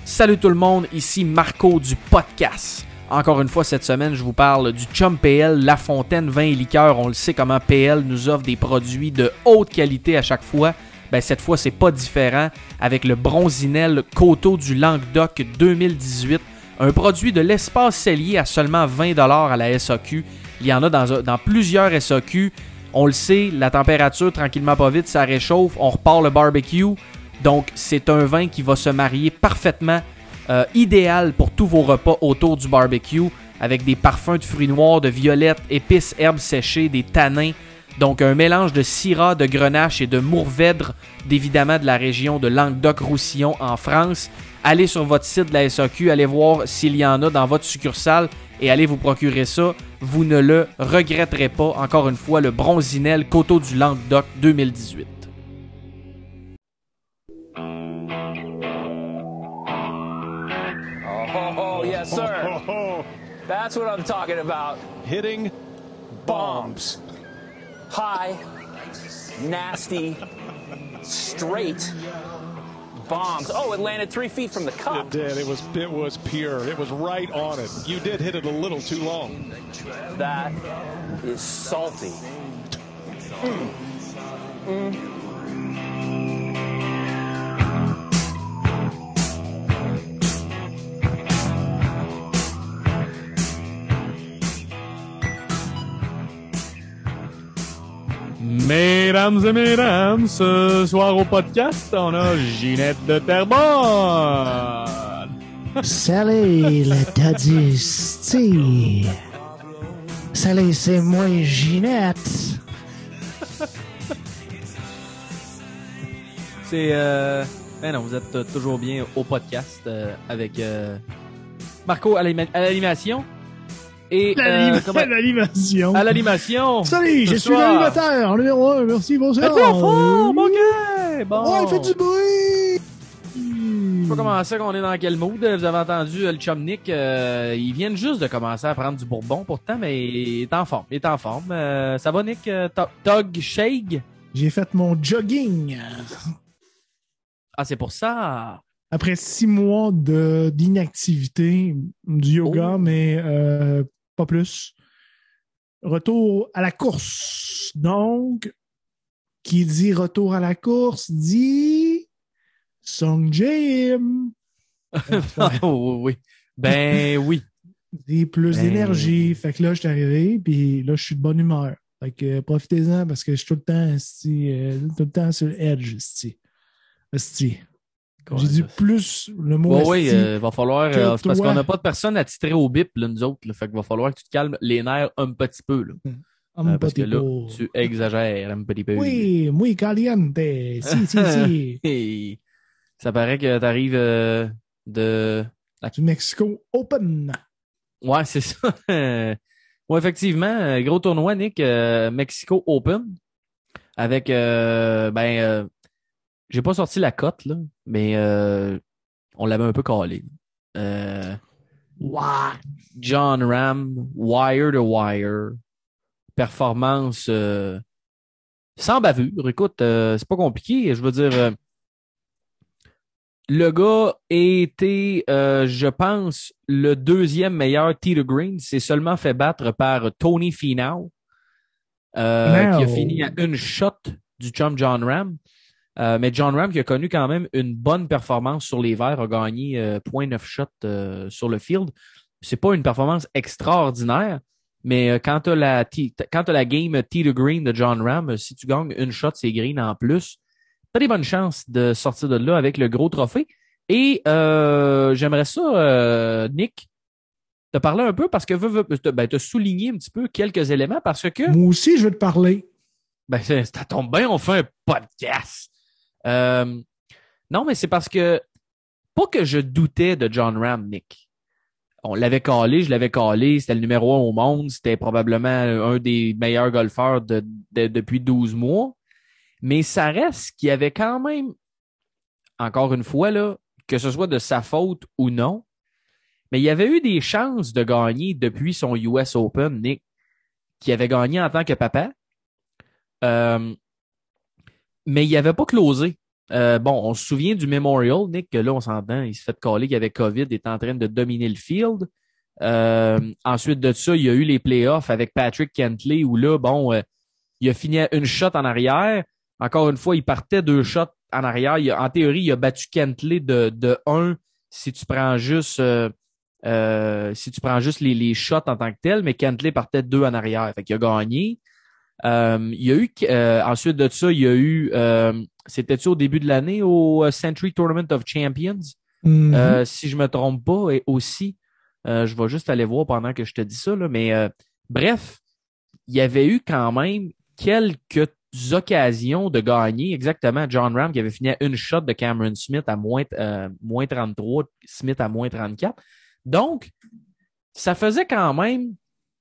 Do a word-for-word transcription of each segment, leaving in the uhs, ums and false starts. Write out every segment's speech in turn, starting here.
Salut tout le monde, ici Marco du podcast. Encore une fois cette semaine, je vous parle du Chum P L, La Fontaine Vin et Liqueurs. On le sait comment P L nous offre des produits de haute qualité à chaque fois. Ben, cette fois, c'est pas différent avec le Bronzinel Coteau du Languedoc deux mille dix-huit. Un produit de l'espace cellier à seulement vingt dollars à la S A Q. Il y en a dans, dans plusieurs S A Q. On le sait, la température, tranquillement pas vite, ça réchauffe. On repart le barbecue. Donc, c'est un vin qui va se marier parfaitement, euh, idéal pour tous vos repas autour du barbecue, avec des parfums de fruits noirs, de violettes, épices, herbes séchées, des tanins. Donc, un mélange de syrah, de grenache et de mourvèdre, évidemment de la région de Languedoc-Roussillon en France. Allez sur votre site de la S A Q, allez voir s'il y en a dans votre succursale et allez vous procurer ça. Vous ne le regretterez pas. Encore une fois, le Bronzinel Coteau du Languedoc deux mille dix-huit. Oh, yes, sir. That's what I'm talking about. Hitting Bombs. High, nasty, straight bombs. Oh, it landed three feet from the cup. It did. It was it was pure. It was right on it. You did hit it a little too long. That is salty. Mm. Mm. Mesdames et mesdames, ce soir au podcast, on a Ginette de Terrebonne. Salut, le Tadusty. Salut, c'est moi, Ginette. C'est... Euh... Ben non, vous êtes euh, toujours bien au podcast euh, avec euh, Marco à l'anima- à l'animation. Et L'anima- euh, comment... l'animation. À l'animation. Salut, je suis l'animateur numéro un. Merci, bonsoir. Êtes-vous en forme, ok? Bon. Ouais, faites du bruit. Je sais pas comment ça qu'on est dans quel mood. Vous avez entendu euh, le chum Nick. Euh, ils viennent juste de commencer à prendre du bourbon pourtant, mais il est en forme. Il est en forme. Euh, ça va, Nick? Euh, Tug Shake? J'ai fait mon jogging. Ah, c'est pour ça. Après six mois de d'inactivité, du yoga, Oh. mais euh, pas plus. Retour à la course. Donc, qui dit retour à la course dit Song Jim. Oh, oui. Ben oui. Dit plus Ben... d'énergie. Fait que là, je suis arrivé, puis là, je suis de bonne humeur. Fait que euh, profitez-en parce que je suis tout le temps, esti, euh, tout le temps sur le edge. Esti. Esti. J'ai dit plus le mot Ouais, oui, esti. euh, va falloir. que Euh, c'est parce toi. qu'on n'a pas de personne à titrer au bip, là, nous autres. Là, fait qu'il va falloir que tu te calmes les nerfs un petit peu. Là. Un Euh, parce que petit là, peu. tu exagères un petit peu. Oui, muy caliente. Si, si, si. Et ça paraît que t'arrives euh, de. Du Mexico Open. Ouais, c'est ça. Ouais, effectivement, euh, gros tournoi, Nick, euh, Mexico Open. Avec, euh, ben, euh, j'ai pas sorti la cote, là, mais euh, on l'avait un peu calé. Euh, Wow. John Ram, wire to wire, performance euh, sans bavure. Écoute, euh, c'est pas compliqué. Je veux dire, euh, le gars a été, euh, je pense, le deuxième meilleur tee to green. Il s'est seulement fait battre par Tony Finau, euh, qui a fini à une shot du chum John Ram. Euh, mais John Ram, qui a connu quand même une bonne performance sur les verts, a gagné euh, zéro point neuf shots euh, sur le field. C'est pas une performance extraordinaire, mais euh, quand tu as la, tee, quand t'as la game tee to green de John Ram, si tu gagnes une shot, c'est green en plus, tu as des bonnes chances de sortir de là avec le gros trophée. Et euh, j'aimerais ça, euh, Nick, te parler un peu parce que ben, te souligner un petit peu quelques éléments parce que... Moi aussi, je veux te parler. Ben, ça tombe bien, on fait un podcast. Euh, non, mais c'est parce que, pas que je doutais de John Ram, Nick. On l'avait calé, je l'avais calé, c'était le numéro un au monde, c'était probablement un des meilleurs golfeurs de, de, depuis douze mois. Mais ça reste qu'il y avait quand même, encore une fois, là, que ce soit de sa faute ou non, mais il y avait eu des chances de gagner depuis son U S Open, Nick, qui avait gagné en tant que papa. Euh, mais il n'avait pas closé. Euh, bon, on se souvient du Memorial, Nick, que là, on s'entend, il s'est fait caller qu'il avait COVID, il est en train de dominer le field. Euh, ensuite de ça, il y a eu les playoffs avec Patrick Kentley, où là, bon, euh, il a fini à une shot en arrière. Encore une fois, il partait deux shots en arrière. Il a, en théorie, il a battu Kentley de, de un si tu prends juste euh, euh, si tu prends juste les, les shots en tant que tel, mais Kentley partait de deux en arrière. Fait qu'il a gagné. Euh, il y a eu euh, ensuite de ça, il y a eu euh, c'était-tu au début de l'année au Century Tournament of Champions? Mm-hmm. Euh, si je me trompe pas, et aussi, euh, je vais juste aller voir pendant que je te dis ça, là, mais euh, bref, il y avait eu quand même quelques occasions de gagner. Exactement, John Ram qui avait fini à une shot de Cameron Smith à moins, euh, moins trente-trois, Smith à moins trente-quatre. Donc, ça faisait quand même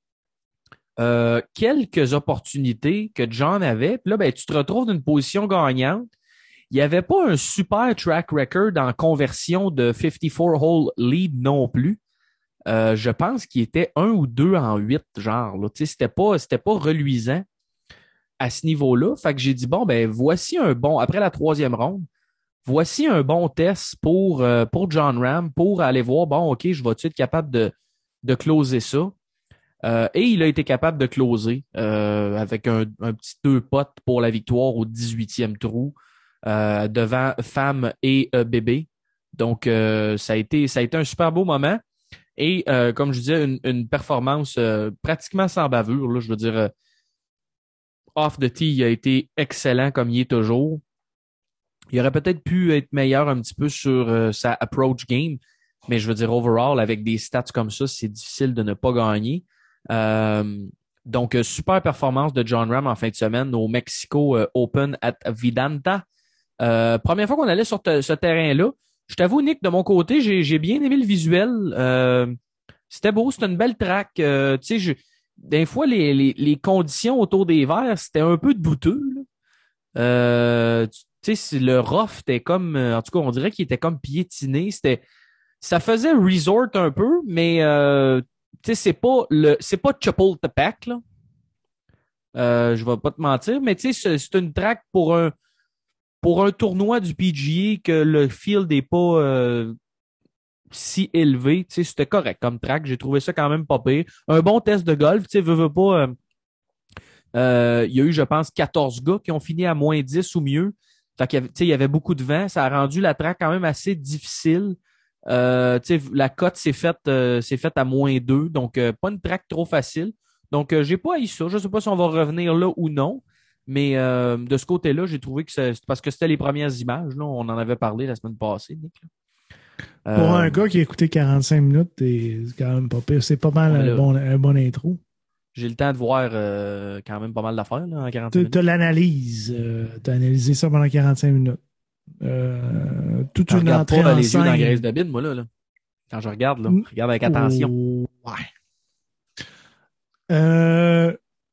euh, quelques opportunités que John avait. Puis là, ben, tu te retrouves dans une position gagnante. Il n'y avait pas un super track record en conversion de cinquante-quatre hole lead non plus. Euh, je pense qu'il était un ou deux en huit, genre. Là. Tu sais, c'était pas, c'était pas reluisant à ce niveau-là. Fait que j'ai dit, bon, ben, voici un bon, après la troisième ronde, voici un bon test pour, euh, pour John Ram, pour aller voir, bon, OK, je vais-tu être capable de, de closer ça? Euh, et il a été capable de closer euh, avec un, un petit deux potes pour la victoire au dix-huitième trou euh, devant Femme et euh, Bébé. Donc, euh, ça a été, ça a été un super beau moment. Et euh, comme je disais, une, une performance euh, pratiquement sans bavure. Là, je veux dire, euh, off the tee, il a été excellent comme il est toujours. Il aurait peut-être pu être meilleur un petit peu sur euh, sa approach game, mais je veux dire, overall, avec des stats comme ça, c'est difficile de ne pas gagner. Euh, donc, euh, super performance de John Ram en fin de semaine au Mexico euh, Open at Vidanta. Euh, première fois qu'on allait sur te, ce terrain-là. Je t'avoue, Nick, de mon côté, j'ai, j'ai bien aimé le visuel. Euh, c'était beau, c'était une belle track. Euh, tu sais, je, des fois, les, les, les conditions autour des verres, c'était un peu douteux. Là. Euh, tu sais, le rough était comme, en tout cas, on dirait qu'il était comme piétiné. C'était, ça faisait resort un peu, mais euh, tu sais, c'est pas le, c'est pas Chapultepec là. Euh, je vais pas te mentir, mais tu sais, c'est, c'est une track pour un pour un tournoi du P G A que le field n'est pas euh, si élevé. Tu sais, c'était correct comme track. J'ai trouvé ça quand même pas pire. Un bon test de golf. Tu sais, veux, veux pas. Euh, euh, il y a eu, je pense, quatorze gars qui ont fini à moins dix ou mieux. Fait qu'il y avait, tu sais, il y avait beaucoup de vent. Ça a rendu la track quand même assez difficile. Euh, tu sais, la cote s'est faite, euh, s'est faite à moins deux. Donc, euh, pas une track trop facile. Donc, euh, j'ai pas haï ça. Je sais pas si on va revenir là ou non. Mais euh, de ce côté-là, j'ai trouvé que c'est parce que c'était les premières images. Là, on en avait parlé la semaine passée, Nick. Euh, Pour un gars qui a écouté quarante-cinq minutes, c'est quand même pas pire. C'est pas mal un, bon, un bon intro. J'ai le temps de voir euh, quand même pas mal d'affaires là, en quarante minutes. Tu as l'analyse. Euh, tu as analysé ça pendant quarante-cinq minutes. Euh, toute une regarde entrée pas en les scène. yeux dans la graisse de bine, moi, là, là. Quand je regarde, là, je regarde avec attention. Oh, ouais. Euh,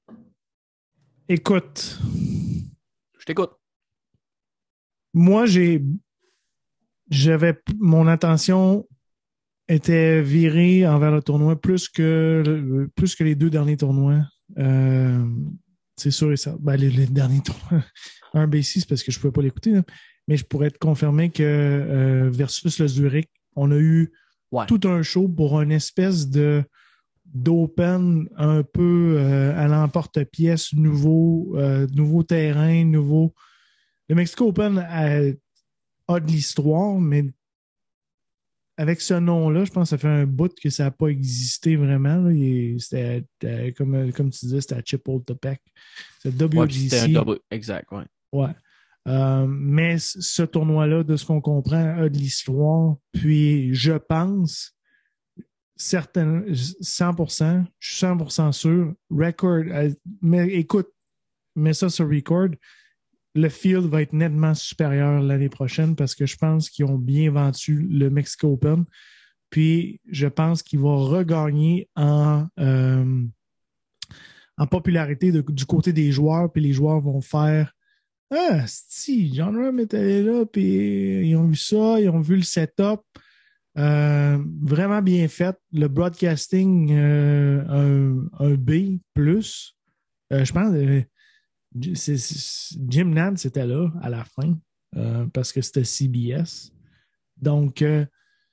écoute. Je t'écoute. Moi, j'ai j'avais mon attention était virée envers le tournoi plus que plus que les deux derniers tournois. Euh, c'est sûr et ça. Ben, les, les derniers tournois. Un B C, c'est parce que je ne pouvais pas l'écouter, là. Mais je pourrais te confirmer que euh, versus le Zurich, on a eu ouais. tout un show pour une espèce de d'open un peu euh, à l'emporte-pièce, nouveau, euh, nouveau terrain, nouveau. Le Mexico Open a, a de l'histoire, mais avec ce nom-là, je pense que ça fait un bout que ça n'a pas existé vraiment. Là. Il, c'était, c'était comme, comme tu disais, c'était à Chapultepec. C'était W G C. Ouais, c'était un double, exact, ouais. Ouais. Euh, mais ce tournoi-là, de ce qu'on comprend, a de l'histoire. Puis je pense, certain, cent pour cent, je suis cent pour cent sûr, record, mais écoute, mets ça sur record, le field va être nettement supérieur l'année prochaine parce que je pense qu'ils ont bien vendu le Mexico Open. Puis je pense qu'ils vont regagner en, euh, en popularité de, du côté des joueurs, puis les joueurs vont faire ah, si, John Ram est allé là, puis ils ont vu ça, ils ont vu le setup. Euh, vraiment bien fait. Le broadcasting, euh, un, un B plus. Euh, je pense, euh, c'est, c'est, Jim Nantz était là à la fin. euh, parce que c'était C B S. Donc, euh,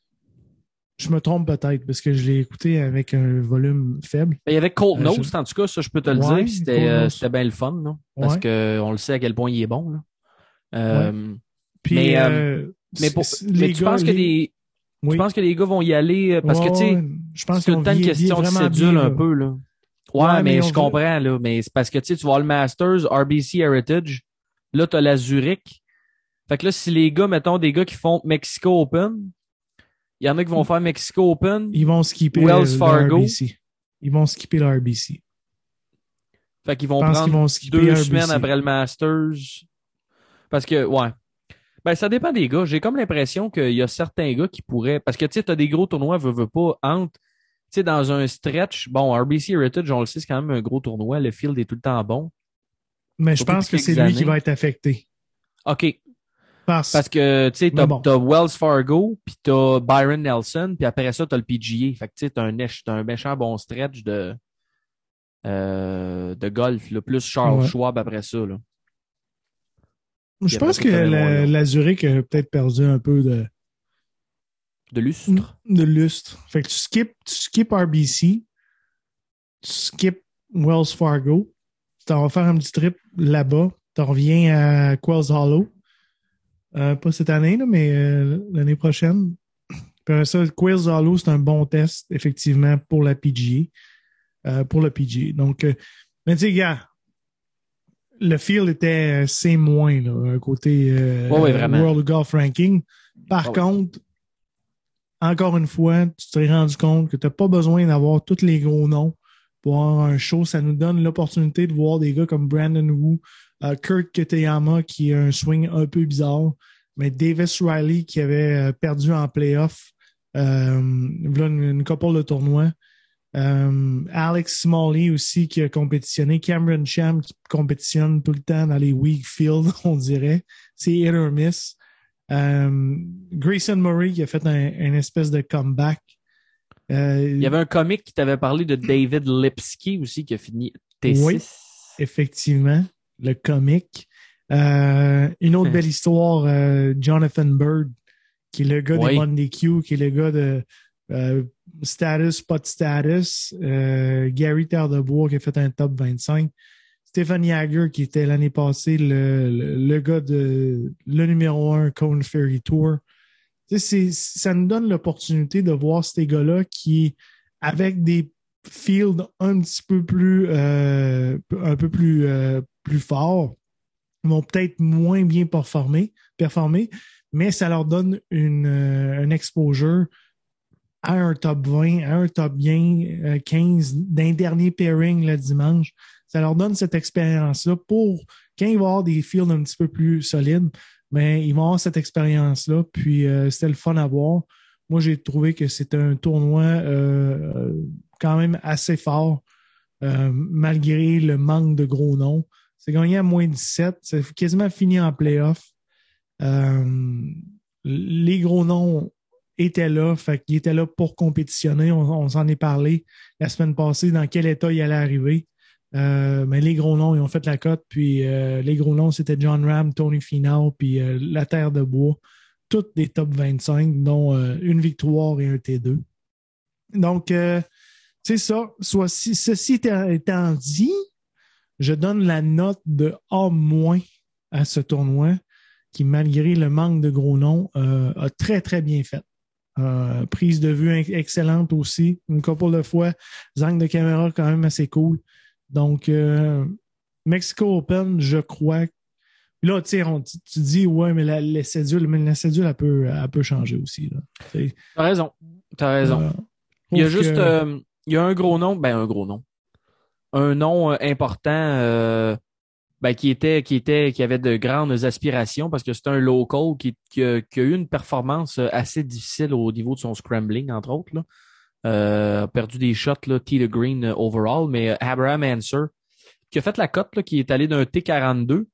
je me trompe peut-être parce que je l'ai écouté avec un volume faible. Il y avait Colt Euh, Nost, je- en tout cas, ça, je peux te le Ouais, dire. Puis c'était, Cold euh, Nose. c'était bien le fun, là, parce Ouais. qu'on le sait à quel point il est bon. Là. Euh, Puis, mais, euh, euh, mais, pour, c- mais les tu gars, penses que les- des, oui. tu penses que les gars vont y aller euh, parce Ouais, que tu sais, ouais, je pense c'est tout qu'ils ont le temps une vieilli- question de vraiment cédule bien, un là. peu là. Ouais, Ouais, mais mais ils je ont- comprends là, mais c'est parce que tu sais, tu vas le Masters, R B C Heritage, là t'as la Zurich. Fait que là, si les gars, mettons des gars qui font Mexico Open, il y en a qui vont faire Mexico Open, Ils vont skipper Wells le, Fargo. le R B C. Ils vont skipper le R B C. fait qu'ils Je vont pense prendre qu'ils vont skipper deux R B C. semaines après le Masters. Parce que, ouais. Ben, ça dépend des gars. J'ai comme l'impression qu'il y a certains gars qui pourraient. Parce que, tu sais, t'as des gros tournois, veux, veux pas, entre. Tu sais, dans un stretch, bon, R B C Heritage, on le sait, c'est quand même un gros tournoi. Le field est tout le temps bon. Mais je Surtout pense que depuis c'est quelques lui qui années. va être affecté. OK. Parce, Parce que, tu sais, Mais t'as, bon. t'as Wells Fargo, puis t'as Byron Nelson, puis après ça, t'as le P G A. Fait que, tu sais, t'as un, éche- t'as un méchant bon stretch de, euh, de golf, là, plus Charles Ouais. Schwab après ça, là. je Puis après pense ça, que t'as la, Memorial. la Zurich a peut-être perdu un peu de, De lustre. de lustre. Fait que tu skips, tu skips R B C, tu skips Wells Fargo, tu t'en vas faire un petit trip là-bas, tu reviens à Quells Hollow. Euh, pas cette année, là, mais euh, l'année prochaine. Puis après ça, Quells Hollow, c'est un bon test, effectivement, pour la P G A. Euh, pour le P G A. Donc, euh, mais tu sais, gars, le field était C moins, là, un côté euh, Ouais, ouais, vraiment. World Golf Ranking. Par Ouais. contre, encore une fois, tu t'es rendu compte que tu n'as pas besoin d'avoir tous les gros noms pour avoir un show. Ça nous donne l'opportunité de voir des gars comme Brandon Wu, euh, Kurt Kitayama qui a un swing un peu bizarre, mais Davis Riley qui avait euh, perdu en playoff, euh, voilà une, une couple de tournois. Euh, Alex Smalley aussi qui a compétitionné, Cameron Cham qui compétitionne tout le temps dans les weak fields, on dirait. C'est hit or miss. Euh, Grayson Murray qui a fait un, une espèce de comeback. Euh, Il y avait un comique qui t'avait parlé de David Lipsky aussi qui a fini T six. Oui. Effectivement, le comique. Euh, une autre belle histoire, euh, Jonathan Bird, qui est le gars Oui. des Monday Q, qui est le gars de euh, Status, pas de Status. Euh, Gary Terre-de-Bois qui a fait un top vingt-cinq. Stephen Jagger qui était l'année passée le, le, le gars de le numéro un Cone Ferry Tour. Tu sais, c'est, ça nous donne l'opportunité de voir ces gars-là qui, avec des fields un petit peu plus euh, un peu plus, euh, plus forts, vont peut-être moins bien performer, performer, mais ça leur donne une, euh, un exposure à un top vingt, à un top euh, quinze d'un dernier pairing le dimanche. Ça leur donne cette expérience-là pour, quand il va y avoir des fields un petit peu plus solides, mais ils vont avoir cette expérience-là. Puis euh, c'était le fun à voir. Moi, j'ai trouvé que c'était un tournoi euh, quand même assez fort, euh, malgré le manque de gros noms. C'est gagné à moins dix-sept. C'est quasiment fini en playoff. Euh, les gros noms étaient là, fait qu'ils étaient là pour compétitionner. On, on s'en est parlé la semaine passée dans quel état il allait arriver. Euh, mais les gros noms, ils ont fait la cote. Puis euh, les gros noms, c'était John Ram, Tony Finau, puis euh, La Terre de Bois. Toutes des top vingt-cinq, dont euh, une victoire et un T deux. Donc, euh, c'est ça. Soit, si, ceci étant dit, je donne la note de A- à ce tournoi qui, malgré le manque de gros noms, euh, a très, très bien fait. Euh, prise de vue excellente aussi. Une couple de fois, angle de caméra quand même assez cool. Donc, euh, Mexico Open, je crois. Là, tu sais, tu dis, ouais, mais la, la cédule, mais la cédule, elle peut, elle peut changer aussi. Là. T'as raison. T'as raison. Euh, il y a juste, que... euh, il y a un gros nom, ben un gros nom. Un nom euh, important, euh, ben, qui était, qui était, qui avait de grandes aspirations parce que c'est un local qui, qui, a, qui a eu une performance assez difficile au niveau de son scrambling, entre autres, là. Euh, a perdu des shots, là, T de green euh, overall, mais euh, Abraham Anser, qui a fait la cote, là, qui est allé d'un T quarante-deux.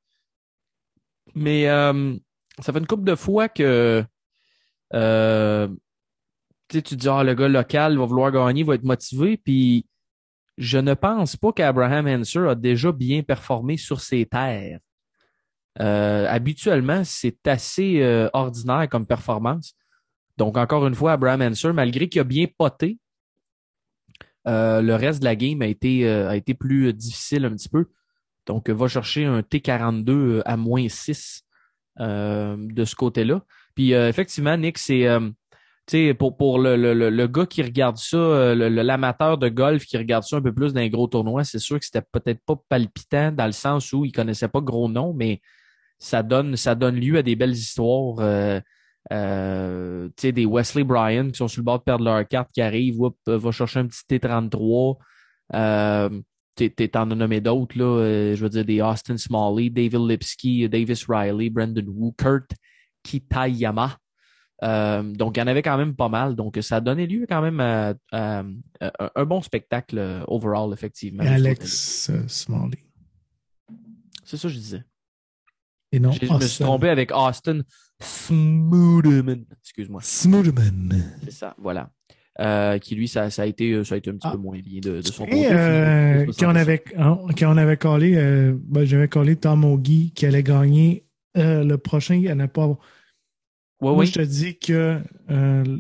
Mais euh, ça fait une couple de fois que euh, tu te dis, ah, le gars local va vouloir gagner, va être motivé, puis je ne pense pas qu'Abraham Anser a déjà bien performé sur ses terres. Euh, habituellement, c'est assez euh, ordinaire comme performance. Donc, encore une fois, Abraham Ancer, malgré qu'il a bien poté, euh, le reste de la game a été, euh, a été plus difficile un petit peu. Donc, va chercher un T quarante-deux à moins six euh, de ce côté-là. Puis, euh, effectivement, Nick, c'est... Euh, tu sais, pour, pour le, le, le gars qui regarde ça, euh, le, le- l'amateur de golf qui regarde ça un peu plus dans les gros tournois, c'est sûr que c'était peut-être pas palpitant dans le sens où il connaissait pas gros noms, mais ça donne, ça donne lieu à des belles histoires. Euh, euh, tu sais, des Wesley Bryan qui sont sur le bord de perdre leur carte, qui arrivent, whoop, euh, va chercher un petit T trente-trois. Euh, t'es, t'es- T'en as nommé d'autres, là. euh, je veux dire, des Austin Smalley, David Lipsky, Davis Riley, Brandon Wu, Kurt Kitayama. Euh, donc, il y en avait quand même pas mal. Donc, ça a donné lieu quand même à, à- à un bon spectacle euh, overall, effectivement. Et de ce côté-là. Alex euh, Smalley. C'est ça que je disais. Et non, J'ai- Je me suis Austin. trompé avec Austin Smoothman. Excuse-moi. Smoothman. C'est ça, voilà. Euh, qui, lui, ça, ça, a été, ça a été un petit Ah. peu moins bien de, de son Et côté. euh, Puis, quand, on avait, hein, quand on avait collé, euh, ben, j'avais collé Tom O'Gee qui allait gagner euh, le prochain, il n'y pas. Ouais, Moi, oui. je te dis que euh,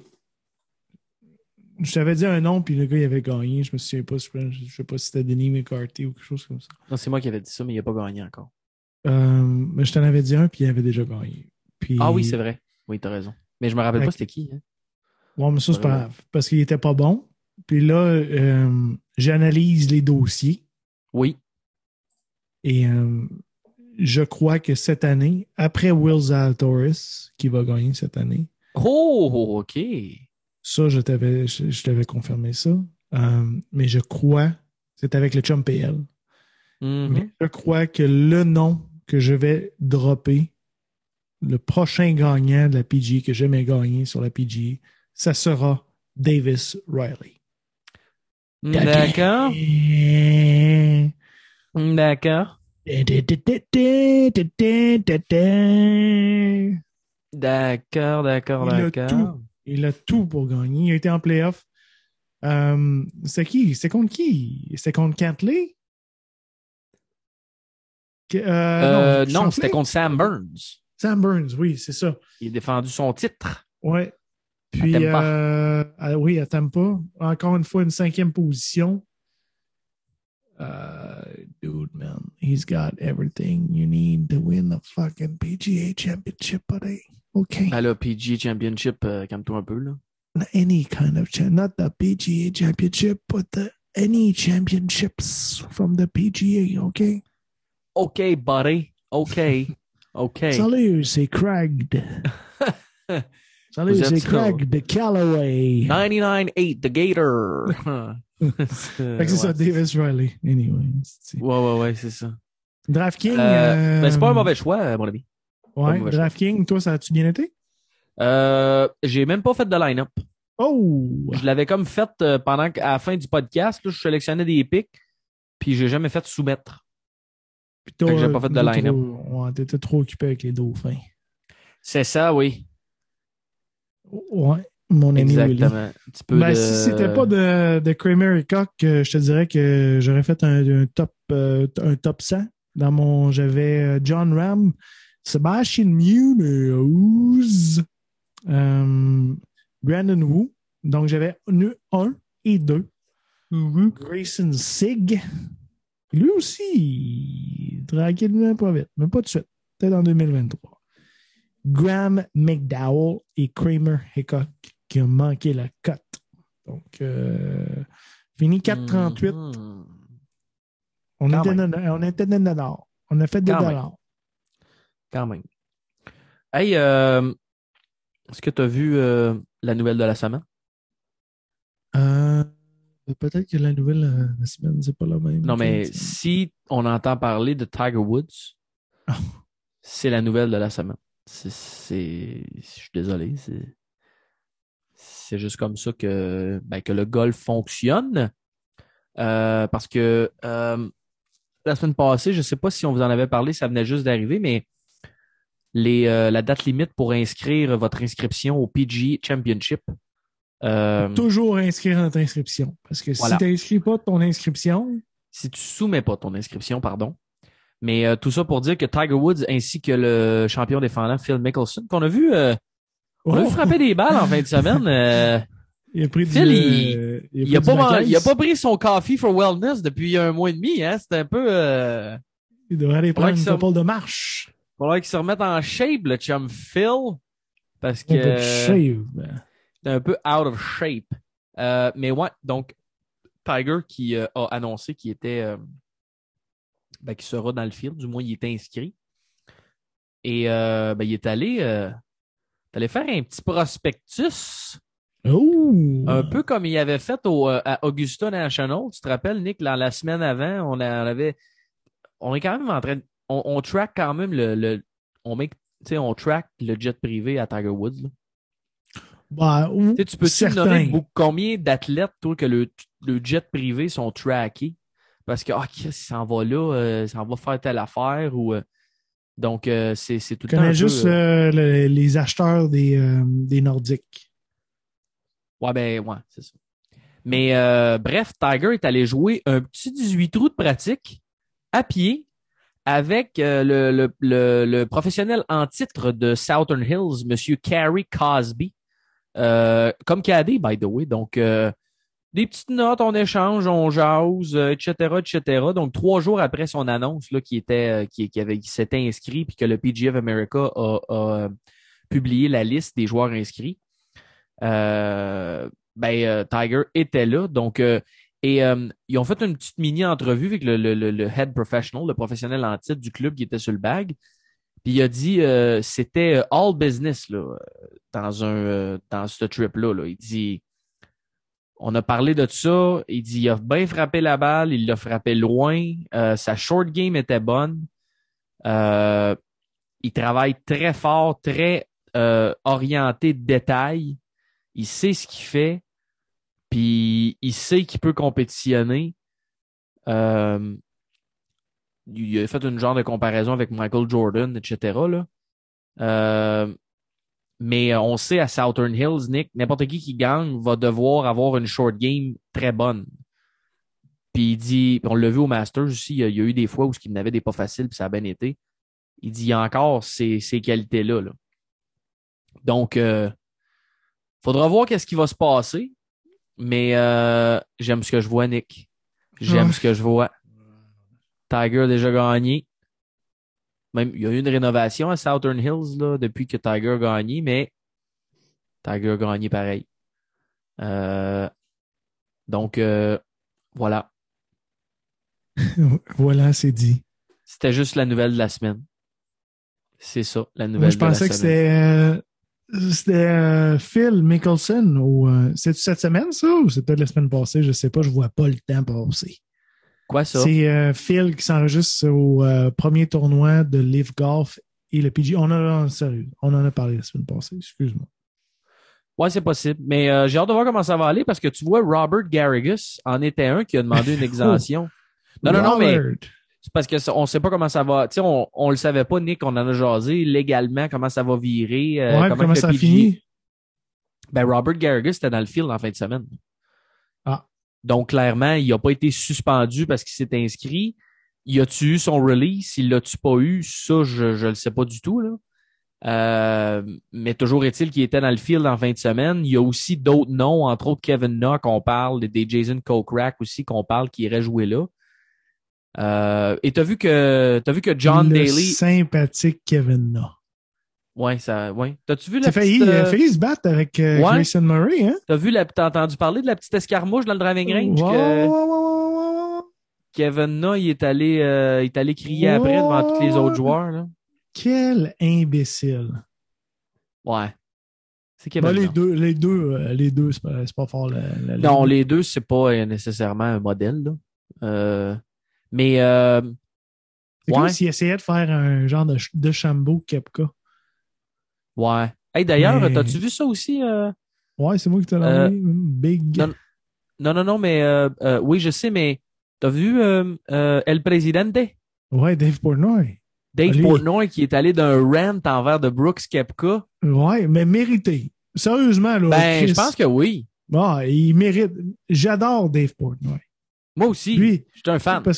je t'avais dit un nom, puis le gars, il avait gagné. Je me souviens pas, je ne sais pas si c'était Denis McCarthy ou quelque chose comme ça. Non, c'est moi qui avais dit ça, mais il n'a pas gagné encore. Euh, mais je t'en avais dit un, puis il avait déjà gagné. Puis, Ah oui, c'est vrai. Oui, t'as raison. Mais je me rappelle Fait pas que- c'était qui. Hein? Ouais, mais ça, c'est pas Vraiment. grave. Parce qu'il était pas bon. Puis là, euh, j'analyse les dossiers. Oui. Et euh, je crois que cette année, après Will Zalatoris, qui va gagner cette année, Oh, OK. ça, je t'avais, je, je t'avais confirmé ça. Euh, mais je crois, c'est avec le Chum P L, Mhm. mais je crois que le nom que je vais dropper, le prochain gagnant de la P G A que j'aimais gagner sur la P G A, ça sera Davis Riley. D'accord. D'accord. D'accord, d'accord, Il a d'accord. tout. Il a tout pour gagner. Il a été en playoff. Euh, c'est qui? C'est contre qui? C'est contre Cantley? Que- euh, Euh, non, Champlain? c'était contre Sam Burns. Sam Burns, oui, c'est ça. Il a défendu son titre. Ouais. Puis, À Tampa. euh, ah oui, à Tampa. Encore une fois, une cinquième position. Uh, dude, man, he's got everything you need to win the fucking P G A championship, buddy. Okay. Ben là, P G A Championship, euh, calme-toi un peu, là. Any kind of cha- not the P G A championship, but the any championships from the P G A, okay? OK, buddy. OK. OK. Salut, c'est Craig. Salut, Vous êtes c'est ça. Craig de Callaway. quatre-vingt-dix-neuf huit, The Gator. Fait que c'est ça, Davis Riley. Anyway. c'est- Ouais, ouais, ouais, c'est ça. DraftKings. Euh, euh, ben, c'est pas un mauvais choix, à mon ami. pas un Ouais, mauvais choix. DraftKings, toi, ça a-tu bien été? Euh, j'ai même pas fait de line-up. Oh! Je l'avais comme fait euh, pendant qu'à la fin du podcast, là, je sélectionnais des pics, puis j'ai jamais fait soumettre. Puis toi, Fait que j'ai pas fait de t'étais line-up. trop- Ouais, t'étais trop occupé avec les dauphins. C'est ça, oui. Ouais, mon ami Willy. Exactement. Un petit peu Ben, de... si c'était pas de, de Kramer et Koch, euh, je te dirais que j'aurais fait un, un top, euh, un top cent. Dans mon, j'avais euh, John Ram, Sebastian Munoz, euh, Brandon Wu. Donc, j'avais un et deux. Grayson Sig. Lui aussi, tranquillement, pas vite, mais pas de suite. Peut-être en deux mille vingt-trois. Graham McDowell et Kramer Hickok qui ont manqué la cote. Donc, euh, fini quatre trente-huit. Mhm. On, Quand était même. dans, on était dans le dollars. On a fait deux Quand même. dollars. Quand même. Hey, euh, est-ce que tu as vu euh, la nouvelle de la semaine? Euh, peut-être que la nouvelle euh, la semaine, c'est pas la même. Non, mais que- si on entend parler de Tiger Woods, Ah. c'est la nouvelle de la semaine. C'est, c'est- je suis désolé, c'est, c'est juste comme ça que, ben, que le golf fonctionne. Euh, parce que euh, la semaine passée, je ne sais pas si on vous en avait parlé, ça venait juste d'arriver, mais les, euh, la date limite pour inscrire votre inscription au P G A Championship. euh, Toujours inscrire notre inscription. Parce que Voilà. si tu n'inscris pas ton inscription, si tu soumets pas ton inscription, pardon, Mais euh, tout ça pour dire que Tiger Woods ainsi que le champion défendant Phil Mickelson, qu'on a vu, euh, on a Oh! vu frapper des balles en fin de semaine. Euh, Il a pris Phil, du, il, euh, il, il a a pris pas, du man- Macaise. il a pas pris son coffee for wellness depuis un mois et demi. Hein? C'était un peu... Euh, Il devrait aller prendre Faudrait une que ça- couple de marche. faudrait qu'il se remette en shape, le chum Phil, parce que Un peu de euh, shave. c'était un peu out of shape. Euh, mais ouais, donc Tiger qui euh, a annoncé qu'il était... Euh, ben, qu'il sera dans le field, du moins il est inscrit. Et euh, ben, il est allé, euh, allé faire un petit prospectus, Oh! un peu comme il avait fait au, euh, à Augusta National. Tu te rappelles, Nick, la, la semaine avant, on, a- on avait, on est quand même en train, de, on, on track quand même le, le on make, tu sais, on track le jet privé à Tiger Woods. Là. Bah, ou, Tu sais, tu peux-tu me certain. nommer beaucoup- combien d'athlètes, toi, que le, le jet privé sont trackés? Parce que, ah, Chris, il s'en va là, euh, il s'en va faire telle affaire ou, euh, donc, euh, c'est, c'est tout Je le temps connais un juste peu, euh, euh, le- les acheteurs des, euh, des Nordiques. Ouais, ben, ouais, c'est ça. Mais euh, bref, Tiger est allé jouer un petit dix-huit trous de pratique à pied avec euh, le, le, le, le professionnel en titre de Southern Hills, M. Carey Cosby, euh, comme cadet, by the way. Donc, euh, des petites notes, on échange, on jase, euh, et cetera, et cetera. Donc, trois jours après son annonce là, qui était, euh, qui, qui avait, qui s'était inscrit, puis que le P G A of America a, a euh, publié la liste des joueurs inscrits. Euh, ben euh, Tiger était là, donc euh, et euh, ils ont fait une petite mini entrevue avec le, le, le, le head professional, le professionnel en titre du club qui était sur le bag. Puis il a dit euh, c'était all business là dans un euh, dans ce trip là, là. Il dit on a parlé de ça. Il dit il a bien frappé la balle, il l'a frappé loin. Euh, sa short game était bonne. Euh, il travaille très fort, très euh, orienté de détail. Il sait ce qu'il fait, puis il sait qu'il peut compétitionner. Euh, il a fait une genre de comparaison avec Michael Jordan, et cetera. Là. Euh, mais on sait à Southern Hills, Nick, n'importe qui qui gagne va devoir avoir une short game très bonne. Puis il dit, on l'a vu au Masters aussi, il y a, il y a eu des fois où il n'avait des pas faciles, puis ça a bien été. Il dit, il y a encore ces, ces qualités-là. Là. Donc, euh, faudra voir qu'est-ce qui va se passer. Mais euh, j'aime ce que je vois, Nick. J'aime Ouais. ce que je vois. Tiger a déjà gagné. Même, il y a eu une rénovation à Southern Hills là, depuis que Tiger a gagné, mais Tiger a gagné pareil. Euh, donc, euh, voilà. Voilà, c'est dit. C'était juste la nouvelle de la semaine. C'est ça, la nouvelle Moi, je de la pensais que semaine. c'était euh, c'était euh, Phil Mickelson. Ou, euh, c'est-tu cette semaine, ça? Ou c'est peut-être la semaine passée? Je sais pas, je vois pas le temps passer. Quoi ça? C'est euh, Phil qui s'enregistre au euh, premier tournoi de Live Golf et le P G A. On en a, sérieux, on en a parlé la semaine passée, excuse-moi. Ouais, c'est possible. Mais euh, j'ai hâte de voir comment ça va aller parce que tu vois, Robert Garrigus en était un qui a demandé une exemption. Non, non, non, mais Robert. c'est parce que ça- on sait pas comment ça va. Tu sais, on, on le savait pas, Nick, on en a jasé légalement, comment ça va virer. euh, Ouais, comment comment que ça le a P G A fini? Ben, Robert Garrigus était dans le field en fin de semaine. Ah. Donc, clairement, il n'a pas été suspendu parce qu'il s'est inscrit. Y a-tu eu son release? Il l'a-tu pas eu? Ça, je ne le sais pas du tout, là. Euh, mais toujours est-il qu'il était dans le field en fin de semaine. Il y a aussi d'autres noms, entre autres Kevin Na qu'on parle, des Jason Kokrak aussi qu'on parle qui irait jouer là. Euh, et t'as vu que t'as vu que John le Daly. sympathique Kevin Na. Ouais, ça. Ouais. T'as-tu vu la T'as failli, petite, il a euh, failli se battre avec euh, ouais. Grayson Murray, hein? T'as vu la. T'as entendu parler de la petite escarmouche dans le driving range Wow, que wow, wow, wow, wow. Kevin Na, il est allé euh, il est allé crier après devant tous les autres joueurs, là. Quel imbécile. Ouais. C'est Kevin Ben, les Na. deux, les deux, euh, les deux, c'est pas, c'est pas fort. La, la Non, ligne. les deux, c'est pas euh, nécessairement un modèle, là. Euh, mais euh, C'est ouais. comme s'il essayait de faire un genre de, de Shambo Kepka. Ouais. Hey, d'ailleurs, Mais- t'as-tu vu ça aussi? Euh... Ouais, c'est moi qui te l'ai Euh, envoyé. Big. non. Non, non, non, mais euh, euh, oui, je sais, mais t'as vu euh, euh, El Presidente? Ouais, Dave Portnoy. Dave Lui. Portnoy qui est allé d'un rant envers de Brooks Koepka. Ouais, mais mérité. Sérieusement, là. Ben, Chris. je pense que oui. Ah, il mérite. J'adore Dave Portnoy. Moi aussi. Lui, Je suis un fan. parce que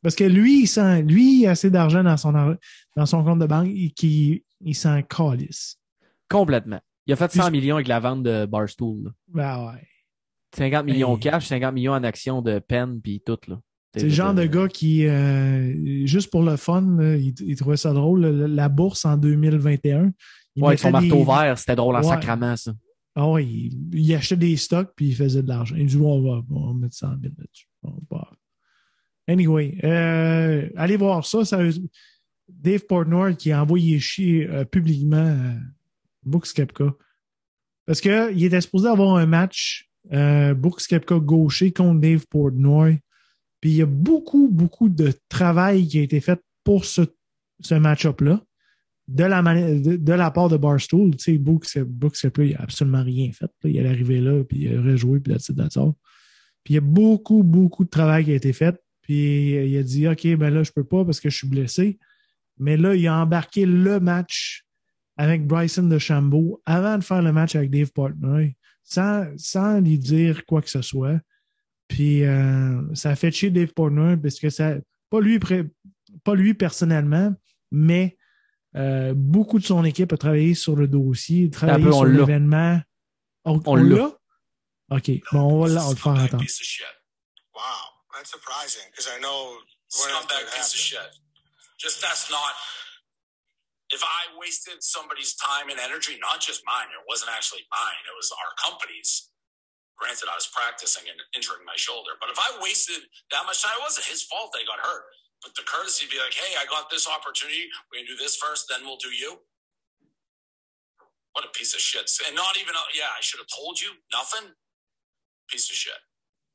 Parce que lui, il sent, lui, il a assez d'argent dans son, ar- dans son compte de banque et qu'il il s'en calisse. Complètement. Il a fait Puis- cent millions avec la vente de Barstool. Là. Ben ouais. cinquante millions Hey. cash, cinquante millions en actions de Penn, puis tout. Là. C'est le genre de gars qui, euh, juste pour le fun, là, il, il trouvait ça drôle. La, la bourse en deux mille vingt et un. Il Ouais, avec son mettait marteau des- vert, c'était drôle en Ouais. sacrament, ça. Ah ouais, il, il achetait des stocks puis il faisait de l'argent. Il dit on va, on va mettre cent mille là-dessus. On va. Anyway, euh, allez voir ça. ça Dave Portnoy qui a envoyé chier euh, publiquement euh, Brooks Koepka. Parce qu'il était supposé avoir un match euh, Brooks Koepka gaucher contre Dave Portnoy. Puis il y a beaucoup, beaucoup de travail qui a été fait pour ce, ce match-up-là. De la, mani- de, de la part de Barstool, tu sais, Brooks, Brooks Koepka, il n'a absolument rien fait. Là. Il est arrivé là, puis il a rejoué, puis that's it, that's all. Puis il y a beaucoup, beaucoup de travail qui a été fait. Puis il a dit, OK, ben là, je peux pas parce que je suis blessé. Mais là, il a embarqué le match avec Bryson DeChambeau avant de faire le match avec Dave Portnoy, sans, sans lui dire quoi que ce soit. Puis euh, ça a fait chier Dave Portnoy parce que ça, pas lui, pas lui personnellement, mais euh, beaucoup de son équipe a travaillé sur le dossier, travaillé peu, sur on l'a. l'événement. On, On on l'a. l'a? OK, bon, on va, on va le faire entendre. Piece of shit. Wow, that's surprising because I know Scumbag piece of shit. Just that's not. If I wasted somebody's time and energy, not just mine, it wasn't actually mine, it was our company's. Granted, I was practicing and injuring my shoulder, but if I wasted that much time, it wasn't his fault they got hurt. But the courtesy to be like, hey, I got this opportunity. We're going to do this first, then we'll do you. What a piece of shit. And not even, yeah, I should have told you nothing. Piece of shit.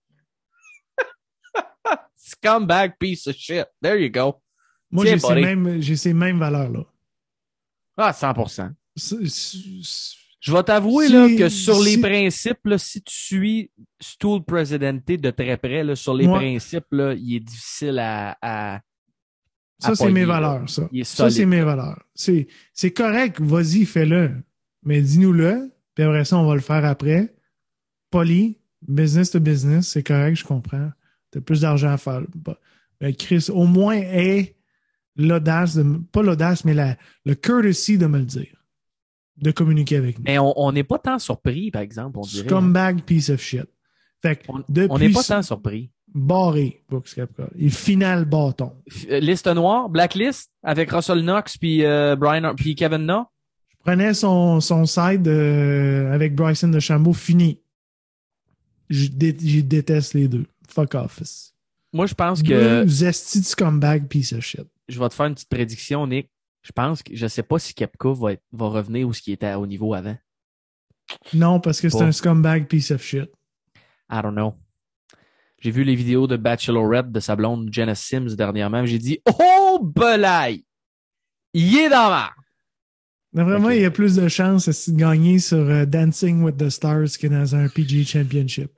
Scumbag piece of shit. There you go. Moi, Tiens, j'ai ces, buddy. mêmes, j'ai ces mêmes valeurs-là. Ah, cent pour cent. C'est- c'est- Je vais t'avouer Si- là, que sur les si- principes, là, si tu suis Stool Presidente de très près, là, sur les Ouais. principes, là, il est difficile à. à Ça, à c'est pogner, mes là. valeurs, ça. Il est Ça, solide. c'est mes valeurs. C'est, c'est correct, vas-y, fais-le. Mais dis-nous-le, puis après ça, on va le faire après. Poli, business to business, c'est correct, je comprends. T'as plus d'argent à faire. Bah, mais Chris, au moins, aie l'audace, de, m- pas l'audace, mais la, le courtesy de me le dire. De communiquer avec nous. Mais on on n'est pas tant surpris, par exemple, on dirait. hein. Scumbag piece of shit. Fait que, On depuis on n'est pas ça, tant surpris. barré, Brooks Koepka. Et final bâton. F- euh, Liste noire, blacklist, avec Russell Knox puis euh, Brian Ar- puis Kevin Na. Prenait son, son side euh, avec Bryson DeChambeau, fini. Je, dé- je déteste les deux. Fuck office. Moi, je pense que Deux estis de scumbag piece of shit. je vais te faire une petite prédiction, Nick. Je pense que je sais pas si Koepka va, être, va revenir où ce qui était au niveau avant. Non, parce que c'est Pas. un scumbag piece of shit. I don't know. J'ai vu les vidéos de Bachelorette de sa blonde Jenna Sims dernièrement. J'ai dit, oh, belay! Il est dans ma. Mais vraiment, Ok. il y a plus de chances esti, de gagner sur euh, Dancing with the Stars que dans un P G A Championship.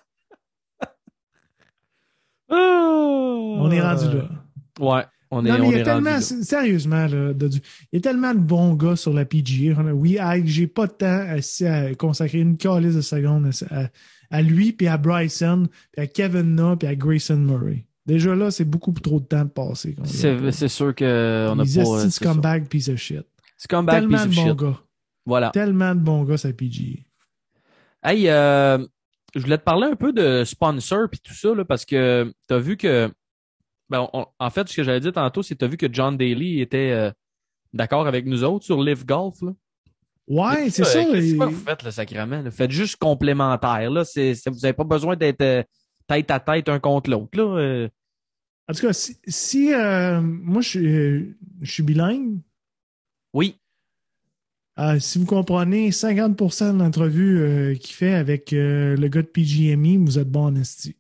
On est rendu là. Ouais, on est, Non, mais on il y a est rendu tellement, là. sérieusement, là, de- du- il y a tellement de bons gars sur la P G A. Oui, hey, j'ai pas de temps assis à consacrer une calice de secondes à, à- à lui, puis à Bryson, puis à Kevin Na, puis à Grayson Murray. Déjà là, c'est beaucoup trop de temps de passer. qu'on C'est l'a pas. c'est sûr qu'on n'a Les pas. estis euh, de c'est ça. scumbag piece of shit. Scumbag Tellement piece de of bons shit. gars. Voilà. Tellement de bons gars sur la P G A. Hey, euh, je voulais te parler un peu de sponsor puis tout ça, là, parce que tu as vu que. Ben, on- en fait, ce que j'allais dire tantôt, c'est que tu as vu que John Daly était euh, d'accord avec nous autres sur Live Golf. Là. Ouais, c'est Euh, ça. Qu'est-ce et- que vous faites, le sacrement? Là? Faites juste complémentaire. Là. C'est, c'est- vous n'avez pas besoin d'être euh, tête à tête un contre l'autre. Là. Euh, En tout cas, si, si, euh, moi, je, suis- je suis bilingue, oui. euh, si vous comprenez cinquante pour cent de l'entrevue euh, qu'il fait avec euh, le gars de P G M E, vous êtes bon en esti.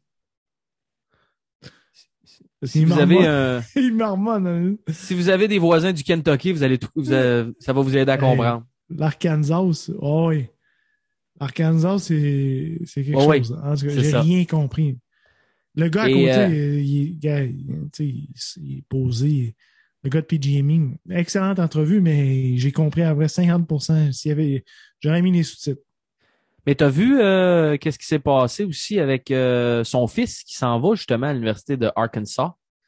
Si Il vous, avez, marmonne. euh, Il marmonne. Hein? si vous avez des voisins du Kentucky, vous allez tout- vous avez- ça va vous aider à comprendre. L'Arkansas, oh oui. L'Arkansas, c'est c'est quelque Oh oui, chose. En tout cas, c'est j'ai ça. rien compris. Le gars à Et, côté, euh, euh, il, est- gars, il- tu sais, il, il est posé. Le gars de P G M E, excellente entrevue, mais j'ai compris à vrai cinquante pour cent. S'il y avait, j'aurais mis les sous-titres. Mais t'as vu euh, qu'est-ce qui s'est passé aussi avec euh, son fils qui s'en va justement à l'université de Arkansas.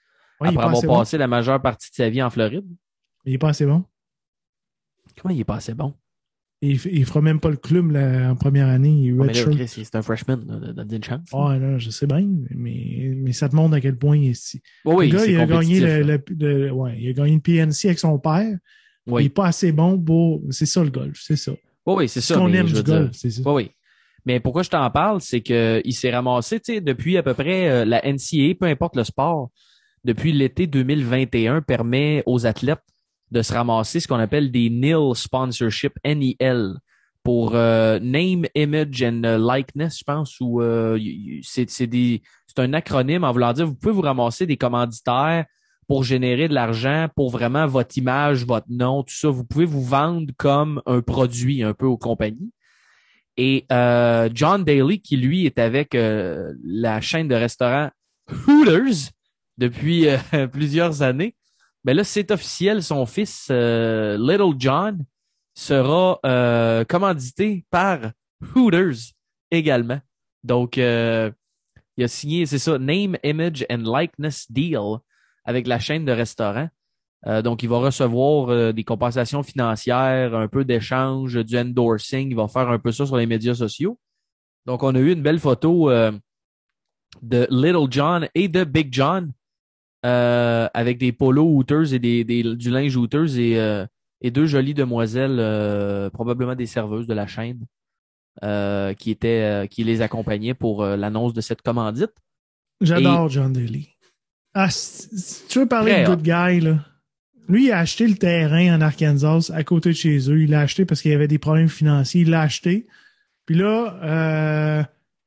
Ouais, il est après pas avoir assez bon. passé la majeure partie de sa vie en Floride. Il est pas assez bon. Comment il est pas assez bon? Il, il fera même pas le club là, en première année. Il Oh, mais là, redshirt. Chris, c'est un freshman, donne une chance. Ah, là, je sais bien, mais, mais ça te montre à quel point il est. Oui, oui, le gars, c'est il a gagné compétitif, le, là. le- le- ouais, il a gagné le P N C avec son père. Oui. Il est pas assez bon pour. C'est ça le golf, c'est ça. Oui, oui, c'est Ce ça. qu'on mais aime je du veux dire- golf, c'est ça. Oui, oui. Mais pourquoi je t'en parle, c'est qu'il s'est ramassé, tu sais, depuis à peu près euh, la N C A A, peu importe le sport, depuis l'été deux mille vingt et un, permet aux athlètes de se ramasser ce qu'on appelle des N I L sponsorship, N I L, pour euh, Name, Image and Likeness, je pense, ou euh, y- y- c'est c'est des c'est un acronyme en voulant dire vous pouvez vous ramasser des commanditaires pour générer de l'argent, pour vraiment votre image, votre nom, tout ça. Vous pouvez vous vendre comme un produit un peu aux compagnies. Et euh, John Daly, qui lui est avec euh, la chaîne de restaurants Hooters depuis euh, plusieurs années, ben là, c'est officiel, son fils euh, Little John sera euh, commandité par Hooters également. Donc, euh, il a signé, c'est ça, Name, Image and Likeness Deal avec la chaîne de restaurants. Euh, donc, il va recevoir euh, des compensations financières, un peu d'échange, du endorsing. Il va faire un peu ça sur les médias sociaux. Donc, on a eu une belle photo euh, de Little John et de Big John euh, avec des polos Hooters et des, des, du linge Hooters et, euh, et deux jolies demoiselles, euh, probablement des serveuses de la chaîne, euh, qui étaient, euh, qui les accompagnaient pour euh, l'annonce de cette commandite. J'adore John Daly. Ah, si, si tu veux parler Très de good guy, là. Lui, il a acheté le terrain en Arkansas à côté de chez eux. Il l'a acheté parce qu'il y avait des problèmes financiers. Il l'a acheté. Puis là, euh,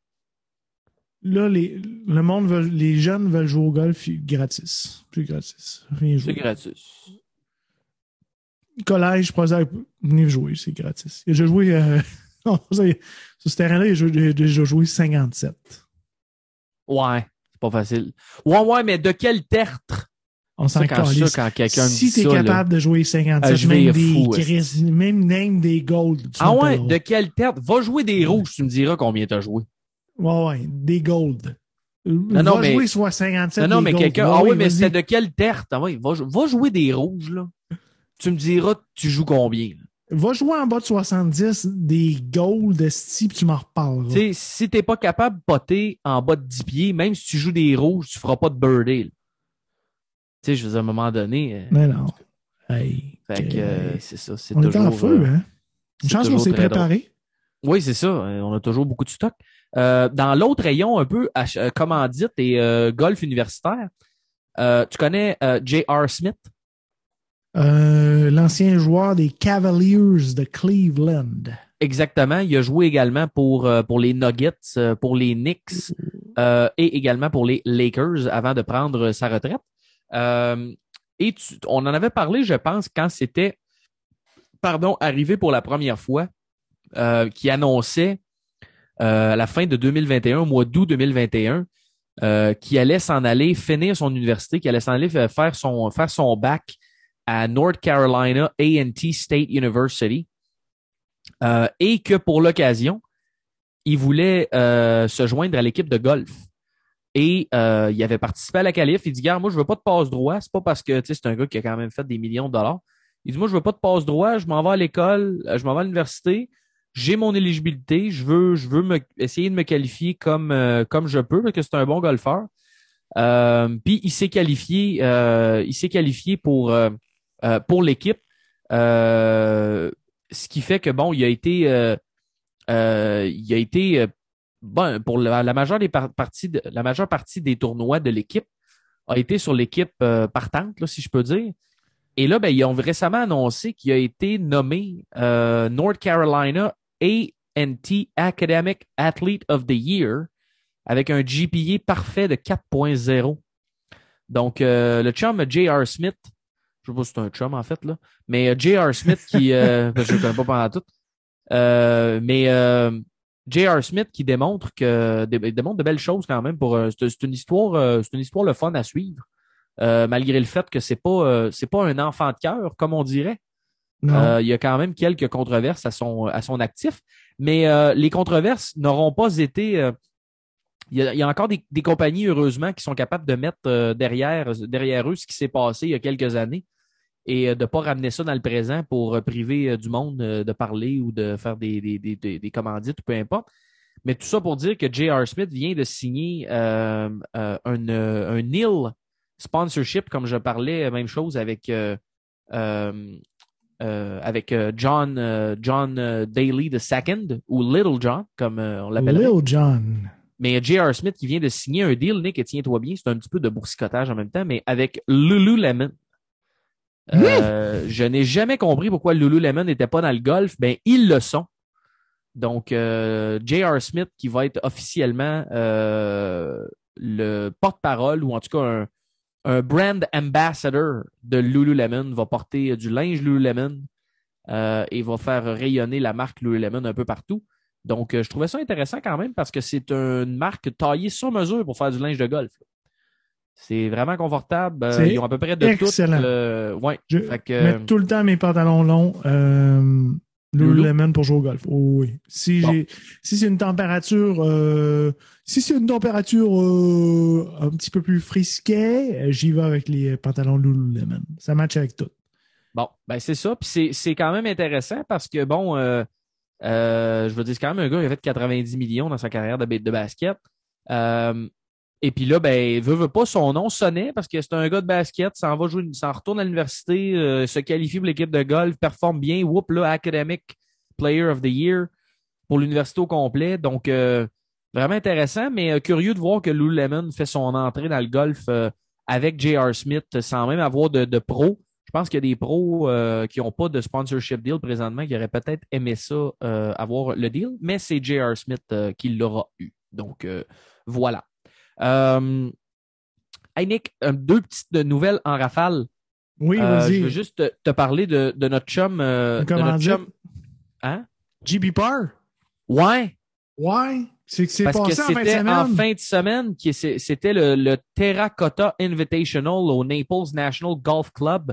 là, les, le monde veut, les jeunes veulent jouer au golf gratis. Plus gratis. Rien jouer. C'est gratis. Collège, prosac, venez jouer, c'est gratis. Il a déjà joué, euh, non, ça, sur ce terrain-là, il a déjà- il a déjà joué cinquante-sept. Ouais, c'est pas facile. Ouais, ouais, mais de quel tertre? On s'en Ça, quand, calisse. ça, quand quelqu'un me Si dit t'es ça, capable là, de jouer cinquante-sept, ah, je même vire des fou, Chris, même name des gold. tu Ah m'appelles ouais, droit. de quel tertre? Va jouer des rouges, tu me diras combien t'as joué. Ouais, ouais, des gold. Non, non, va mais- jouer soit cinquante-sept Non, non, des mais gold. quelqu'un. Ouais, Ah oui, ouais, mais vas-y. c'était de quel tertre? Ah ouais, va, va jouer des rouges, là. Tu me diras, tu joues combien, là. Va jouer en bas de soixante-dix des gold de style, puis tu m'en reparleras. Tu sais, si t'es pas capable de poter en bas de dix pieds, même si tu joues des rouges, tu feras pas de birdie, là. Tu sais, je veux dire, à un moment donné. euh, Mais non. Hey, Fait que euh, euh, c'est ça, c'est on est toujours. en feu, euh, hein? Une c'est chance qu'on toujours s'est très préparé. Oui, c'est ça. Euh, On a toujours beaucoup de stock. Euh, dans l'autre rayon, un peu ach- euh, commandite et euh, golf universitaire, euh, tu connais euh, J R. Smith? Euh, l'ancien joueur des Cavaliers de Cleveland. Exactement. Il a joué également pour, euh, pour les Nuggets, euh, pour les Knicks euh, et également pour les Lakers avant de prendre sa retraite. Euh, et tu- on en avait parlé, je pense, quand c'était pardon, arrivé pour la première fois, euh, qui annonçait euh, à la fin de deux mille vingt et un, au mois d'août deux mille vingt et un, euh, qui allait s'en aller finir son université, qui allait s'en aller faire son, faire son bac à North Carolina A and T State University, euh, et que pour l'occasion, il voulait euh, se joindre à l'équipe de golf. Et euh, il avait participé à la qualif. Il dit, gars, moi, je veux pas de passe droit. C'est pas parce que tu sais, c'est un gars qui a quand même fait des millions de dollars. Il dit, moi, je veux pas de passe droit. Je m'en vais à l'école. Je m'en vais à l'université. J'ai mon éligibilité. Je veux, je veux me, essayer de me qualifier comme, euh, comme je peux parce que c'est un bon golfeur. Euh, puis il s'est qualifié, euh, il s'est qualifié pour, euh, euh, pour l'équipe. Euh, ce qui fait que bon, il a été, euh, euh, il a été euh, bon pour la, la majeure des par parties, de, la majeure partie des tournois de l'équipe a été sur l'équipe euh, partante, là, si je peux dire. Et là, ben, ils ont récemment annoncé qu'il a été nommé euh, North Carolina A and T Academic Athlete of the Year avec un G P A parfait de quatre point zéro. Donc, euh, le chum J R. Smith, je sais pas si c'est un chum en fait, là, mais J R. Smith qui, euh, parce que je le connais pas pendant tout, euh, mais euh, J R. Smith qui démontre que il démontre de belles choses quand même pour euh, c'est, c'est une histoire, euh, c'est une histoire le fun à suivre. Euh, malgré le fait que c'est pas euh, c'est pas un enfant de cœur comme on dirait. Euh, il y a quand même quelques controverses à son à son actif, mais euh, les controverses n'auront pas été euh, il y a, il y a encore des, des compagnies, heureusement, qui sont capables de mettre euh, derrière, derrière eux ce qui s'est passé il y a quelques années et euh, de ne pas ramener ça dans le présent pour euh, priver euh, du monde euh, de parler ou de faire des, des, des, des, des commandites ou peu importe. Mais tout ça pour dire que J R. Smith vient de signer euh, euh, un, euh, un N I L sponsorship, comme je parlais, même chose avec, euh, euh, euh, avec euh, John, euh, John euh, Daly the Second ou Little John, comme euh, on l'appelle. Lil Jon. Mais J R. Smith qui vient de signer un deal, Nick, et tiens-toi bien, c'est un petit peu de boursicotage en même temps, mais avec Lululemon. Euh, mmh. Je n'ai jamais compris pourquoi Lululemon n'était pas dans le golf. Ben, ils le sont. Donc, euh, J R. Smith qui va être officiellement euh, le porte-parole ou en tout cas un, un brand ambassador de Lululemon, va porter du linge Lululemon euh, et va faire rayonner la marque Lululemon un peu partout. Donc, euh, je trouvais ça intéressant quand même parce que c'est une marque taillée sur mesure pour faire du linge de golf. C'est vraiment confortable. Euh, ils ont à peu près de excellent. tout. Euh, ouais. Je fait que, mets tout le temps mes pantalons longs euh, Lululemon pour jouer au golf. Oh, oui. Si, bon. j'ai, si c'est une température euh, si c'est une température euh, un petit peu plus frisquet, j'y vais avec les pantalons Lululemon. Ça match avec tout. Bon, ben c'est ça. Puis c'est, c'est quand même intéressant parce que bon, euh, euh, je veux dire, c'est quand même un gars qui a fait quatre-vingt-dix millions dans sa carrière de, de basket. Euh, Et puis là, ben, veut, veut pas, son nom sonnait parce que c'est un gars de basket, s'en va jouer, s'en retourne à l'université, euh, se qualifie pour l'équipe de golf, performe bien, whoop, là, Academic Player of the Year pour l'université au complet. Donc, euh, vraiment intéressant, mais euh, curieux de voir que Lululemon fait son entrée dans le golf euh, avec J R. Smith sans même avoir de, de pro. Je pense qu'il y a des pros euh, qui n'ont pas de sponsorship deal présentement, qui auraient peut-être aimé ça, euh, avoir le deal, mais c'est J R. Smith euh, qui l'aura eu. Donc, euh, voilà. Euh, hey Nick, deux petites nouvelles en rafale. Oui, euh, vas-y. Je veux juste te, te parler de, de notre chum. Euh, de notre chum. Hein? J P Parr? Ouais. Ouais. C'est que c'est Parce passé que en fin de c'était semaine. en fin de semaine, qui c'était le, le Terracotta Invitational au Naples National Golf Club.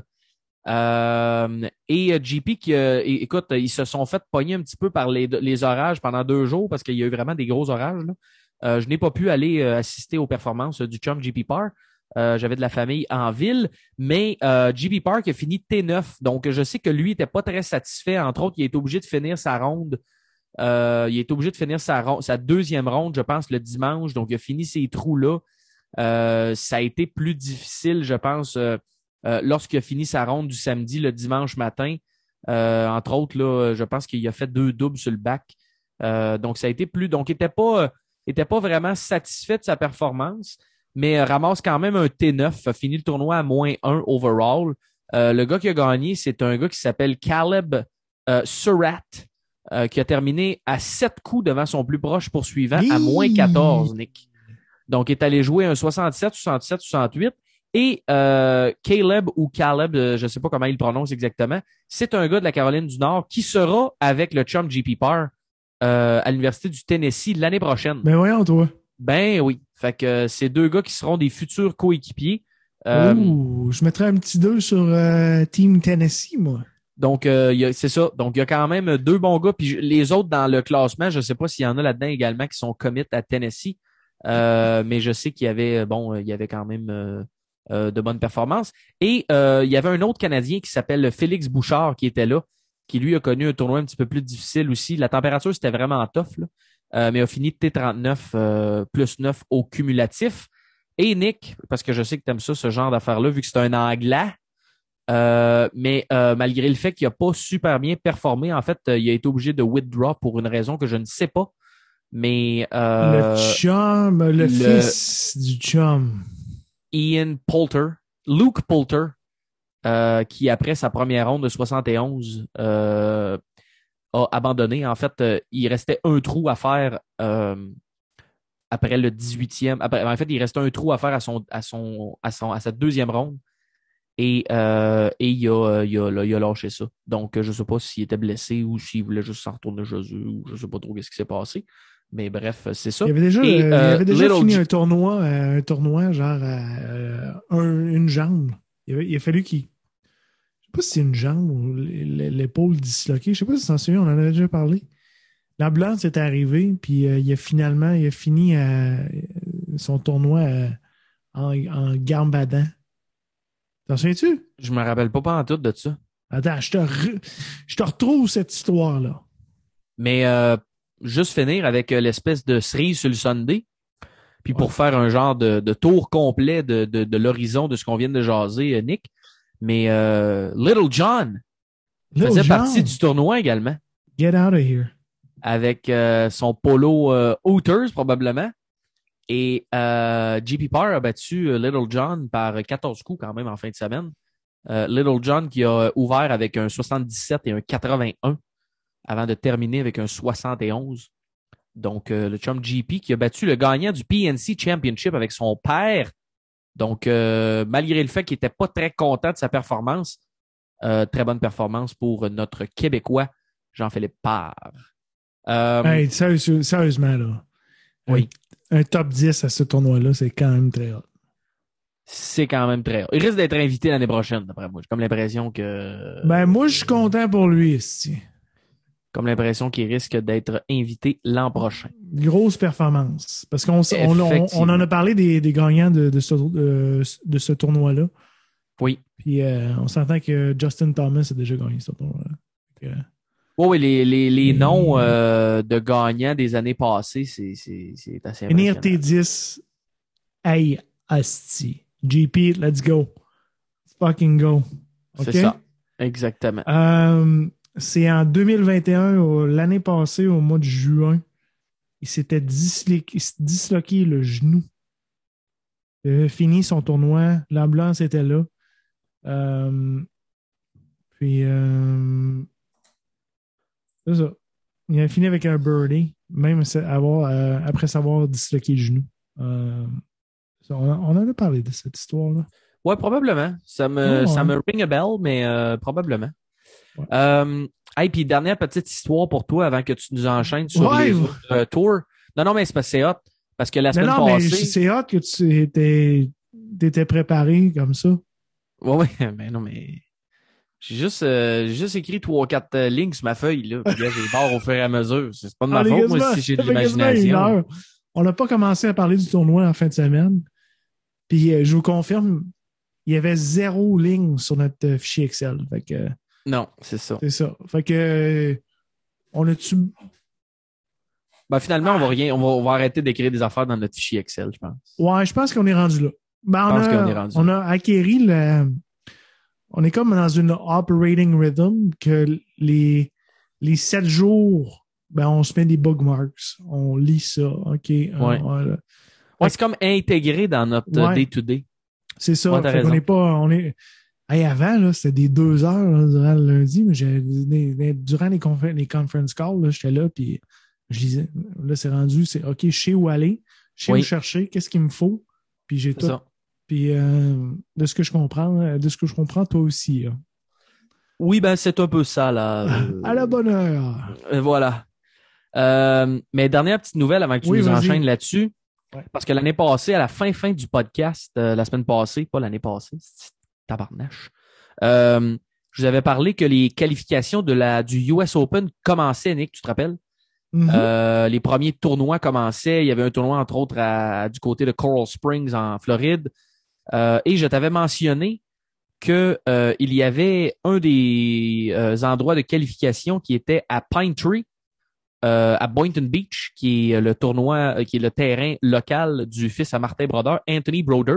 Euh, et J P, qui, euh, écoute, ils se sont fait pogner un petit peu par les, les orages pendant deux jours parce qu'il y a eu vraiment des gros orages, là. Euh, je n'ai pas pu aller euh, assister aux performances du chum J P Parr. Euh, j'avais de la famille en ville, mais euh, J P Parr qui a fini T neuf. Donc, je sais que lui n'était pas très satisfait. Entre autres, il est obligé de finir sa ronde. Euh, il est obligé de finir sa, ronde, sa deuxième ronde, je pense, le dimanche. Donc, il a fini ces trous-là. Euh, ça a été plus difficile, je pense, euh, euh, lorsqu'il a fini sa ronde du samedi, le dimanche matin. Euh, entre autres, là, je pense qu'il a fait deux doubles sur le bac. Euh, donc, ça a été plus... Donc, il n'était pas... n'était pas vraiment satisfait de sa performance, mais euh, ramasse quand même un T neuf, a fini le tournoi à moins un overall. Euh, le gars qui a gagné, c'est un gars qui s'appelle Caleb euh, Surratt, euh, qui a terminé à sept coups devant son plus proche poursuivant à moins quatorze, Nick. Donc, il est allé jouer un soixante-sept, soixante-sept, soixante-huit. Et euh, Caleb ou Caleb, euh, je ne sais pas comment il le prononce exactement, c'est un gars de la Caroline du Nord qui sera avec le chum J P Parr Euh, à l'Université du Tennessee l'année prochaine. Ben voyons, toi. Ben oui. Fait que euh, c'est deux gars qui seront des futurs coéquipiers. Euh, Ouh, je mettrais un petit deux sur euh, Team Tennessee, moi. Donc, euh, c'est ça. Donc, il y a quand même deux bons gars. Puis les autres dans le classement, je ne sais pas s'il y en a là-dedans également qui sont commit à Tennessee. Euh, mais je sais qu'il y avait, bon, il y avait quand même euh, euh, de bonnes performances. Et euh, il y avait un autre Canadien qui s'appelle Félix Bouchard qui était là, qui lui a connu un tournoi un petit peu plus difficile aussi. La température, c'était vraiment tough, là. Euh, mais a fini T trente-neuf euh, plus neuf au cumulatif. Et Nick, parce que je sais que tu aimes ça, ce genre d'affaires-là, vu que c'est un Anglais, euh, mais euh, malgré le fait qu'il n'a pas super bien performé, en fait, euh, il a été obligé de withdraw pour une raison que je ne sais pas. Mais euh, le chum, le, le fils du chum. Ian Poulter, Luke Poulter, Euh, qui, après sa première ronde de soixante et onze, euh, a abandonné. En fait, euh, il restait un trou à faire euh, après le dix-huitième. Après, en fait, il restait un trou à faire à son à son à son à sa deuxième ronde. Et, euh, et il, a, il, a, il a lâché ça. Donc, je ne sais pas s'il était blessé ou s'il voulait juste s'en retourner chez eux ou je ne sais pas trop ce qui s'est passé. Mais bref, c'est ça. Il avait déjà, et, euh, il euh, avait déjà Little fini G- un tournoi, euh, un tournoi genre euh, un, une jambe. Il, avait, il a fallu qu'il... Je sais pas si c'est une jambe ou l'épaule disloquée. Je sais pas si tu t'en souviens, on en avait déjà parlé. L'ambulance est arrivée, puis euh, il a finalement il a fini à, son tournoi à, en, en gambadant. T'en souviens-tu? Je me rappelle pas pas en tout de ça. Attends, je te, re- je te retrouve cette histoire-là. Mais euh, juste finir avec euh, l'espèce de cerise sur le Sunday. Puis pour Ouais. faire un genre de, de tour complet de, de, de l'horizon de ce qu'on vient de jaser, euh, Nick. Mais euh, Little John Little faisait John, partie du tournoi également. Get out of here. Avec euh, son polo euh, Hooters probablement. Et euh, J P Parr a battu euh, Little John par quatorze coups quand même en fin de semaine. Euh, Little John qui a ouvert avec un soixante-dix-sept et un quatre-vingt-un avant de terminer avec un soixante et onze. Donc, euh, le chum G P qui a battu le gagnant du P N C Championship avec son père. Donc, euh, malgré le fait qu'il n'était pas très content de sa performance, euh, très bonne performance pour notre Québécois Jean-Philippe Parr. Euh, Hey, sérieux- sérieusement, là. Oui. Un, un top dix à ce tournoi-là, c'est quand même très hot. C'est quand même très... Il risque d'être invité l'année prochaine, d'après moi. J'ai comme l'impression que... Ben, moi, je suis content pour lui, ici. Comme l'impression qu'il risque d'être invité l'an prochain. Grosse performance. Parce qu'on s- on, on, Effectivement. on en a parlé des, des gagnants de, de ce, de, de ce tournoi-là. Oui. Puis euh, on s'entend que Justin Thomas a déjà gagné ce tournoi-là. Donc, euh, Oui, oui, les, les, les Et- noms euh, de gagnants des années passées, c'est, c'est, c'est assez Finir T impressionnant. dix, hey, asti. G P, let's go. Let's fucking go. C'est OK? ça. Exactement. Euh, c'est en deux mille vingt et un, au- l'année passée, au mois de juin, il s'était disloqué, disloqué le genou. Il avait fini son tournoi. L'ambulance était là. Euh, puis, euh, c'est ça. Il a fini avec un birdie, même sa- avoir, euh, après s'avoir disloqué le genou. Euh, ça, on, on en a parlé de cette histoire-là. Ouais, probablement. Ça me, Oh, ça ouais. me ring a bell, mais euh, probablement. Ouais. Euh, hey, puis dernière petite histoire pour toi avant que tu nous enchaînes sur Ouais. les autres euh, tours. Non, non, mais c'est parce que c'est hot. Parce que la Mais semaine non, mais passée... c'est hâte que tu étais, t'étais préparé comme ça. Ouais, ouais, mais non, mais... J'ai juste, euh, j'ai juste écrit trois ou quatre euh, lignes sur ma feuille, là. Puis là, j'ai barre au fur et à mesure. C'est pas de ma Ah, les faute, moi, quasiment- si j'ai de ça fait quasiment une l'imagination. heure. On n'a pas commencé à parler du tournoi en fin de semaine. Puis euh, je vous confirme, il y avait zéro ligne sur notre euh, fichier Excel. Fait que euh, Non, c'est ça. c'est ça. Fait que euh, on a-tu. Ben, finalement, on va rien, on va, on va arrêter d'écrire des affaires dans notre fichier Excel, je pense. Ouais, je pense qu'on est rendu là. Ben, on, pense a, qu'on est rendu on a acquéri le. On est comme dans une operating rhythm que les, les sept jours, ben, on se met des bookmarks. On lit ça. OK. Ouais. On- Ouais, c'est comme intégré dans notre euh, Ouais. day-to-day. C'est ça. Ouais, t'as Fait qu'on raison. est pas. On est... Hey, avant, là, c'était des deux heures là, durant le lundi, mais j'ai- des- des- durant les, confé- les conference calls, là, j'étais là, puis je disais, là, c'est rendu, c'est OK, je sais où aller, je sais Oui. où chercher, qu'est-ce qu'il me faut, puis j'ai C'est tout. ça. Puis euh, de ce que je comprends, euh, de ce que je comprends, toi aussi. Là. Oui, ben, c'est un peu ça, là. Euh, À la bonne heure. euh, voilà. Euh, mais dernière petite nouvelle avant que tu Oui, nous vas-y. enchaînes là-dessus. Ouais. Parce que l'année passée, à la fin fin du podcast, euh, la semaine passée, pas l'année passée, c'est tabarnache, euh, je vous avais parlé que les qualifications de la, du U S Open commençaient, Nick, tu te rappelles? Mhm. Euh, les premiers tournois commençaient. Il y avait un tournoi, entre autres, à- du côté de Coral Springs, en Floride. Euh, et je t'avais mentionné que euh, il y avait un des euh, endroits de qualification qui était à Pine Tree, euh, à Boynton Beach, qui est le tournoi, euh, qui est le terrain local du fils à Martin Brodeur, Anthony Broder.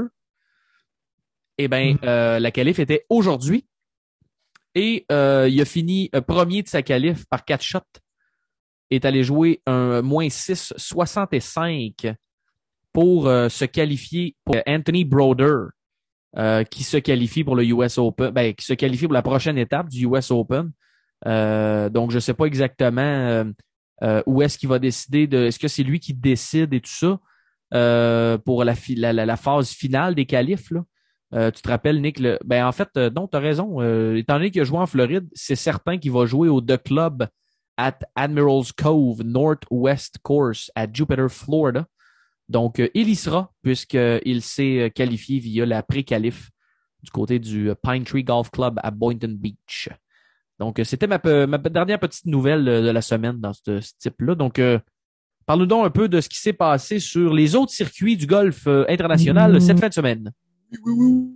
Eh bien, Mm. euh, la qualif était aujourd'hui. Et euh, il a fini euh, premier de sa qualif par quatre shots. Est allé jouer un moins six soixante-cinq pour euh, se qualifier pour Anthony Broder, euh, qui se qualifie pour le U S Open, ben, qui se qualifie pour la prochaine étape du U S Open. Euh, donc, je sais pas exactement euh, euh, où est-ce qu'il va décider de. Est-ce que c'est lui qui décide et tout ça euh, pour la, fi- la, la, la phase finale des qualifs, là? Euh, tu te rappelles, Nick? Le, ben en fait, euh, non, tu as raison. Euh, étant donné qu'il a joué en Floride, c'est certain qu'il va jouer au The Club at Admiral's Cove Northwest Course à Jupiter, Florida. Donc, euh, il y sera puisqu'il s'est qualifié via la pré-qualif du côté du Pine Tree Golf Club à Boynton Beach. Donc, c'était ma, pe- ma dernière petite nouvelle de, de la semaine dans ce, ce type-là. Donc, euh, parle-nous donc un peu de ce qui s'est passé sur les autres circuits du golf euh, international Mmh. cette fin de semaine. Oui, oui,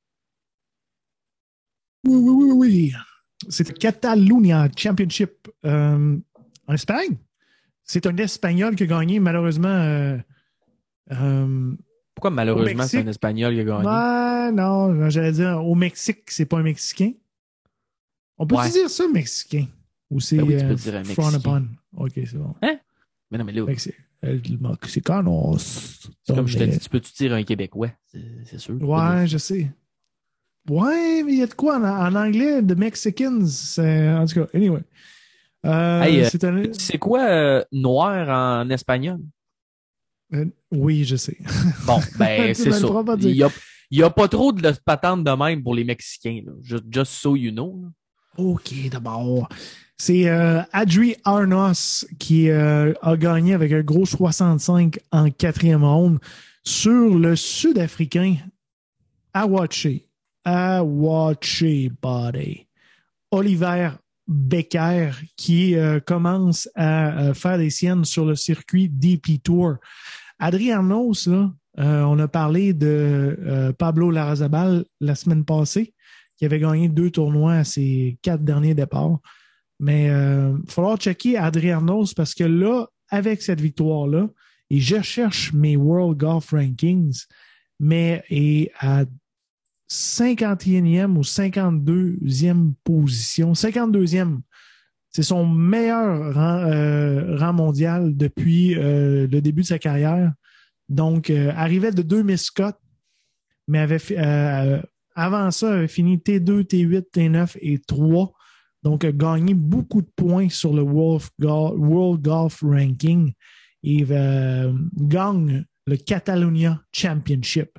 oui, oui, oui, oui. C'est le Catalunya Championship euh, en Espagne. C'est un Espagnol qui a gagné, malheureusement. Euh, euh, Pourquoi malheureusement c'est un Espagnol qui a gagné? Ben, non, j'allais dire au Mexique, c'est pas un Mexicain. On peut-tu Ouais. dire ça, Mexicain? Ou c'est Ben oui, tu peux euh, dire un frowned Mexicain. upon? Ok, c'est bon. Hein? Mais non, mais là, Mexi- El Mexicanos. c'est comme je te dis, tu peux-tu dire un Québécois? C'est, c'est sûr. tu peux dire Ouais, ça. je sais. Ouais, mais il y a de quoi en, en anglais? The Mexicans. C'est, en tout cas, anyway. Euh, Hey, euh, c'est un... C'est quoi euh, noir en espagnol? euh, oui, je sais. Bon, ben Tu c'est me le ça. feras pas dire. Il y a, il y a pas trop de patente de même pour les Mexicains. Là. Just, just so you know. Là. OK, d'abord. C'est euh, Adri Arnos qui euh, a gagné avec un gros soixante-cinq en quatrième ronde sur le Sud-Africain Awache. Awache, buddy. Oliver Becker qui euh, commence à euh, faire des siennes sur le circuit D P Tour. Adri Arnos, là, euh, on a parlé de euh, Pablo Larrazabal la semaine passée, qui avait gagné deux tournois à ses quatre derniers départs. Mais il euh, va falloir checker Adri Arnos parce que là, avec cette victoire-là, et je cherche mes World Golf Rankings, mais est à cinquante et unième ou cinquante-deuxième position. cinquante-deuxième. C'est son meilleur rang, euh, rang mondial depuis euh, le début de sa carrière. Donc, euh, arrivait de deux Miss Scott, mais avait euh, avant ça, avait fini T deux, T huit, T neuf et trois. Donc, a gagné beaucoup de points sur le World Golf, World Golf Ranking et euh, gagne le Catalunya Championship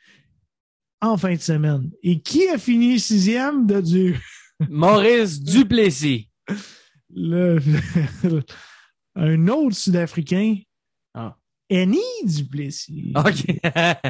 en fin de semaine. Et qui a fini sixième de du... Maurice Duplessis. Le, un autre Sud-Africain, Ah. Annie Duplessis. OK.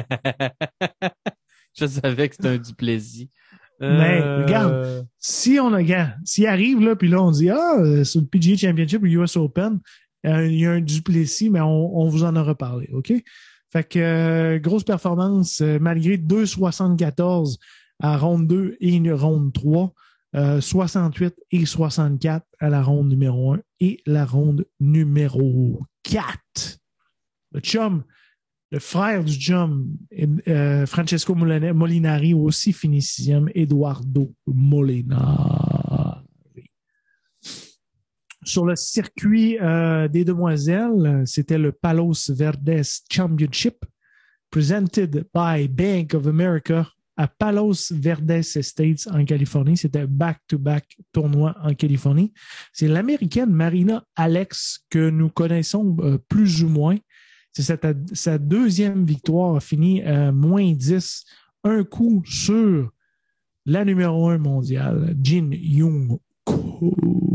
Je savais que c'était un Duplessis. Mais Euh... regarde, si on a, regarde, s'il arrive là, puis là, on dit, ah, sur le P G A Championship ou U S Open, euh, il y a un Duplessis, mais on, on vous en a reparlé, OK? Fait que, euh, grosse performance, euh, malgré deux virgule soixante-quatorze à ronde deux et une ronde trois, euh, soixante-huit et soixante-quatre à la ronde numéro un et la ronde numéro quatre. Le chum, le frère du chum, euh, Francesco Molinari, aussi fini sixième, Eduardo Molinari. Sur le circuit euh, des demoiselles, c'était le Palos Verdes Championship, presented by Bank of America à Palos Verdes Estates en Californie. C'était back-to-back tournoi en Californie. C'est l'Américaine Marina Alex que nous connaissons euh, plus ou moins. C'est sa, sa deuxième victoire, a fini à moins dix, un coup sur la numéro un mondiale, Jin Young Ko.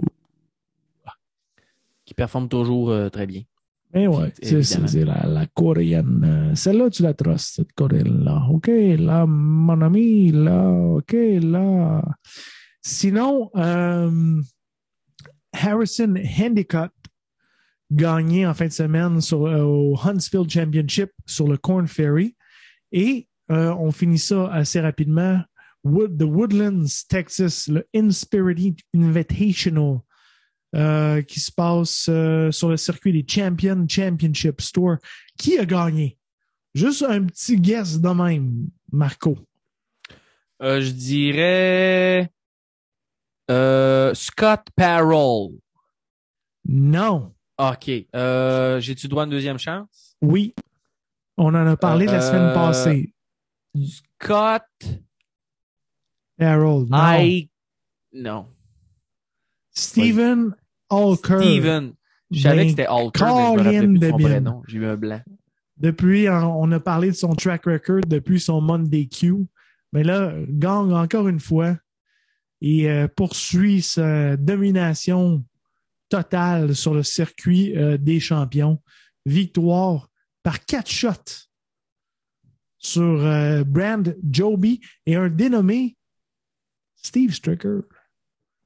Qui performe toujours euh, très bien. Mais ouais, c'est, c'est, c'est la, la coréenne. Celle-là, tu la trustes, cette coréenne-là. OK, là, mon ami, là, OK, là. Sinon, euh, Harrison Handicott gagné en fin de semaine sur, euh, au Huntsville Championship sur le Corn Ferry. Et euh, on finit ça assez rapidement. Wood, the Woodlands, Texas, le Inspirited Invitational euh, qui se passe euh, sur le circuit des Champion Championship Tour. Qui a gagné? Juste un petit guess de même, Marco. Euh, je dirais euh, Scott Parroll. Non. OK. Euh, j'ai-tu droit à une deuxième chance? Oui. On en a parlé euh, la semaine passée. Scott Harold. Non. I... Non. Steven Alker. Steven. Je savais que c'était Alker, mais je me rappelais plus de son vrai nom. J'ai eu un blanc. Depuis, on a parlé de son track record depuis son Monday Q. Mais là, gagne encore une fois et euh, poursuit sa domination totale sur le circuit euh, des champions. Victoire par quatre shots sur euh, Brand Joby et un dénommé Steve Stricker.